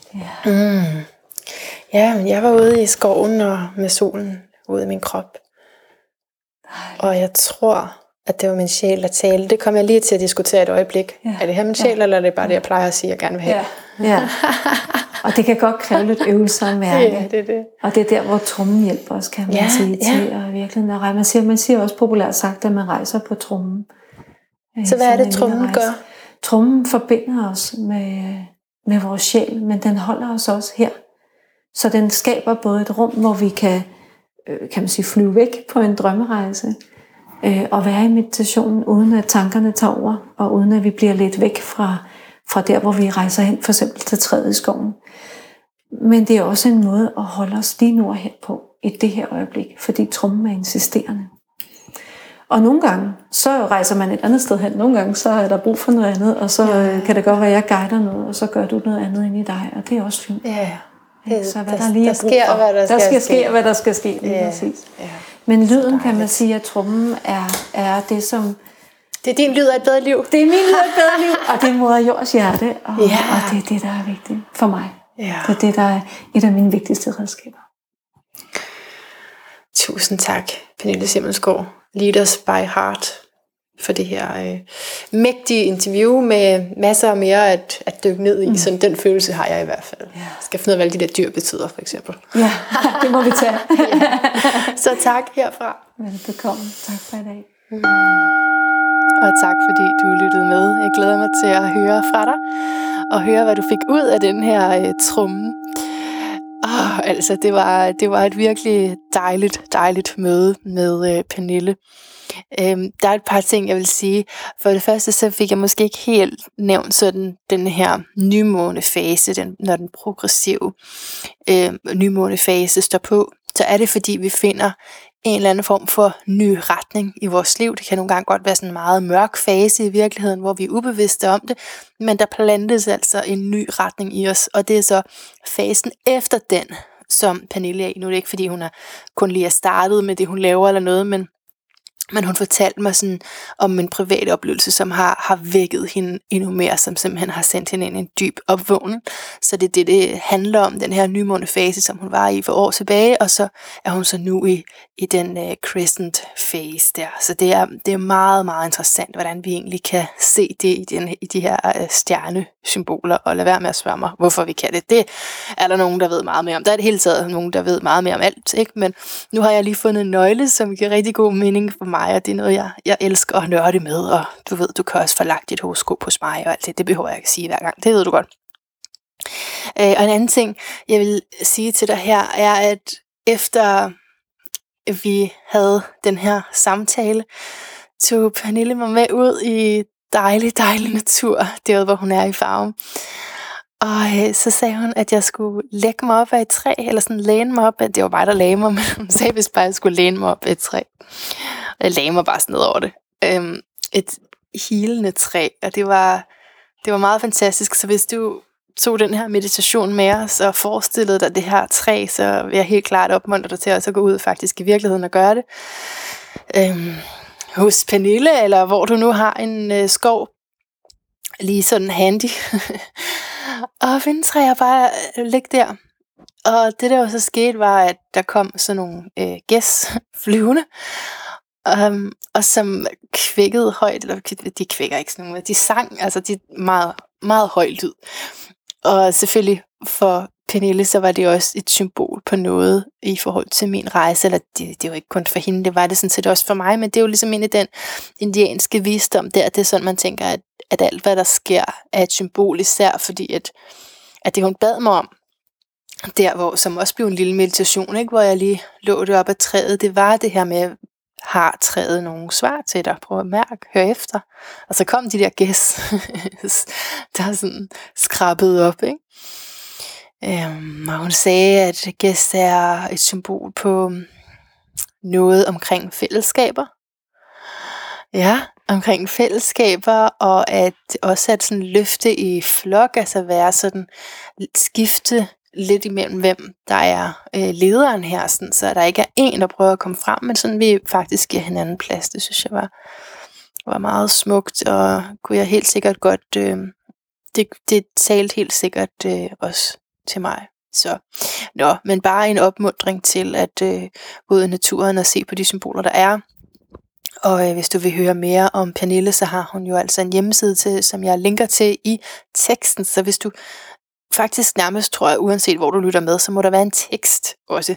Ja, men jeg var ude i skoven og med solen ude i min krop. Og jeg tror, at det var min sjæl, der talte. Det kom jeg lige til at diskutere et øjeblik. Er det her min sjæl, eller er det bare det, jeg plejer at sige, jeg gerne vil have? Ja. Og det kan godt kræve lidt øvelse at mærke. Ja, det er det. Og det er der, hvor trommen hjælper os, kan man sige, til at virkelig. Man siger også populært sagt, at man rejser på trommen. Så hvad er det, trommen gør? Trommen forbinder os med vores sjæl, men den holder os også her. Så den skaber både et rum, hvor vi kan man sige, flyve væk på en drømmerejse, og være i meditationen, uden at tankerne tager over, og uden at vi bliver lidt væk fra der, hvor vi rejser hen, for eksempel til træet i skoven. Men det er også en måde at holde os lige nu og her på, i det her øjeblik, fordi trommen er insisterende. Og nogle gange, så rejser man et andet sted hen. Nogle gange, så er der brug for noget andet, og så kan det godt være, at jeg guider noget, og så gør du noget andet ind i dig, og det er også fint. Så hvad der lige er brug for. Der skal ske, hvad der skal ske. Præcis. Men lyden, kan man sige, at trommen er det, som... Det er din lyd af et bedre liv. Det er min lyd af et bedre liv, og det er moder jords hjerte, og det er det, der er vigtigt for mig. Det er det, der er et af mine vigtigste redskaber. Tusind tak, Pernille Simmelsgaard, Leaders by Heart, for det her mægtige interview med masser af mere at dykke ned i. Sådan den følelse har jeg i hvert fald. Jeg skal finde ud af, hvad de der dyr betyder, for eksempel. Ja, det må vi tage. Så tak herfra. Velbekomme. Tak for i dag. Og tak fordi du lyttede med. Jeg glæder mig til at høre fra dig, og høre, hvad du fik ud af den her tromme. Altså, det var et virkelig dejligt møde med Pernille. Der er et par ting, jeg vil sige. For det første, så fik jeg måske ikke helt nævnt sådan den her nymånefase, når den progressive nymånefase står på. Så er det, fordi vi finder en eller anden form for ny retning i vores liv. Det kan nogle gange godt være sådan en meget mørk fase i virkeligheden, hvor vi er ubevidste om det, men der plantes altså en ny retning i os, og det er så fasen efter den, som Pernille er i. Nu er det ikke, fordi hun kun lige er startet med det, hun laver eller noget, men hun fortalte mig sådan om en privat oplevelse, som har vækket hende endnu mere, som simpelthen har sendt hende ind i en dyb opvågning. Så det er det handler om, den her nymånefase, som hun var i for år tilbage, og så er hun så nu i den crescent phase der. Så det er meget, meget interessant, hvordan vi egentlig kan se det i de her stjernesymboler, og lade være med at spørge mig, hvorfor vi kan det. Det er der nogen, der ved meget mere om. Der er det hele taget nogen, der ved meget mere om alt, ikke? Men nu har jeg lige fundet en nøgle, som giver rigtig god mening for mig, og det er noget, jeg elsker at nørde med, og du ved, du kan også få lagt dit horoskop hos mig, og alt det behøver jeg ikke sige hver gang, det ved du godt. Og en anden ting, jeg vil sige til dig her, er, at efter vi havde den her samtale, tog Pernille mig med ud i dejlig natur, derude hvor hun er i Farum. Og så sagde hun, at jeg skulle lægge mig op af et træ, eller sådan læne mig op af, det var mig, der lagde mig, men hun sagde vist bare, at jeg skulle læne mig op af et træ. Og jeg lagde mig bare sådan ned over det. Et hilende træ, og det var meget fantastisk. Så hvis du tog den her meditation med os og forestillede dig det her træ, så vil jeg helt klart opmuntre dig til at gå ud faktisk i virkeligheden og gøre det. Hos Pernille, eller hvor du nu har en skov, lige sådan handy. Og finde træer bare ligge der. Og det der jo så skete, var, at der kom sådan nogle gæs flyvende, og som kvækkede højt, eller de kvækker ikke sådan noget, de sang, altså de meget, meget høj lyd. Og selvfølgelig for Pernille, så var det også et symbol på noget i forhold til min rejse, eller det er jo ikke kun for hende, det var det sådan set også for mig, men det er jo ligesom en af den indianske visdom der, det er sådan, man tænker, at alt hvad der sker er et symbol, især fordi at det hun bad mig om, der hvor, som også blev en lille meditation, ikke, hvor jeg lige lå det op ad træet, det var det her med har træet nogle svar til dig. Prøv at mærke, hør efter. Og så kom de der gæs, der er sådan skrabet op, ikke? Og hun sagde, at gæst er et symbol på noget omkring fællesskaber. Ja, omkring fællesskaber, og at også at sådan løfte i flok, altså være sådan skifte lidt imellem, hvem der er lederen her, sådan, så der ikke er en, der prøver at komme frem, men sådan vi faktisk giver hinanden plads. Det synes jeg var meget smukt, og kunne jeg helt sikkert godt, det talte helt sikkert også til mig. Så, men bare en opmuntring til at gå ud i naturen og se på de symboler, der er. Og hvis du vil høre mere om Pernille, så har hun jo altså en hjemmeside til, som jeg linker til i teksten. Så hvis du faktisk nærmest tror jeg, uanset hvor du lytter med, så må der være en tekst også.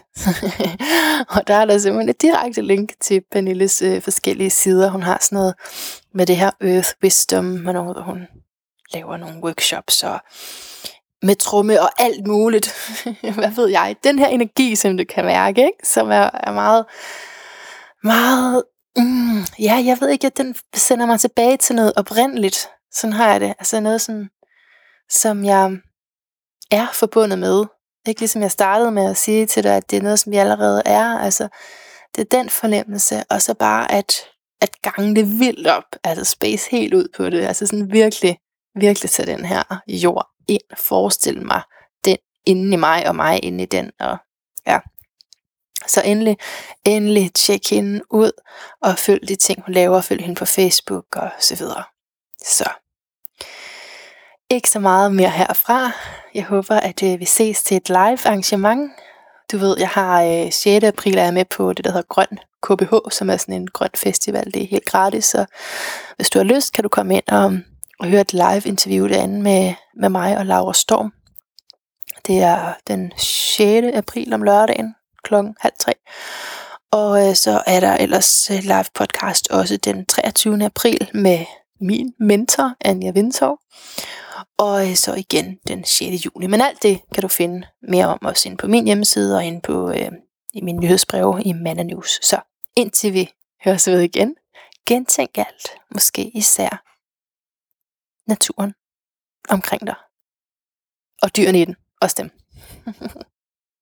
Og der er der simpelthen et direkte link til Pernilles forskellige sider. Hun har sådan noget med det her Earth Wisdom, hvor hun laver nogle workshops og med tromme og alt muligt. Hvad ved jeg? Den her energi, som du kan mærke, ikke? Som er meget, meget... ja, jeg ved ikke, at den sender mig tilbage til noget oprindeligt. Sådan har jeg det. Altså noget sådan, som jeg er forbundet med. Ikke ligesom jeg startede med at sige til dig, at det er noget, som vi allerede er. Altså, det er den fornemmelse, og så bare at gange det vildt op. Altså space helt ud på det. Altså sådan virkelig, virkelig til den her jord ind. Forestil mig den inde i mig, og mig inde i den. Og ja. Så endelig tjek hende ud, og følg de ting, hun laver, følg hende på Facebook, og så videre. Så, ikke så meget mere herfra. Jeg håber, at vi ses til et live arrangement. Du ved, jeg har 6. april er jeg med på det, der hedder Grøn KBH, som er sådan en grøn festival. Det er helt gratis, så hvis du har lyst, kan du komme ind og høre et live interview derinde med mig og Laura Storm. Det er den 6. april om lørdagen. 2:30. Og så er der ellers live podcast også den 23. april med min mentor, Anja Vindtorv. Og så igen den 6. juni. Men alt det kan du finde mere om også inde på min hjemmeside og inde på i min nyhedsbreve i Manna News. Så indtil vi høres ved igen, gentænk alt, måske især naturen omkring dig. Og dyrene i den, også dem.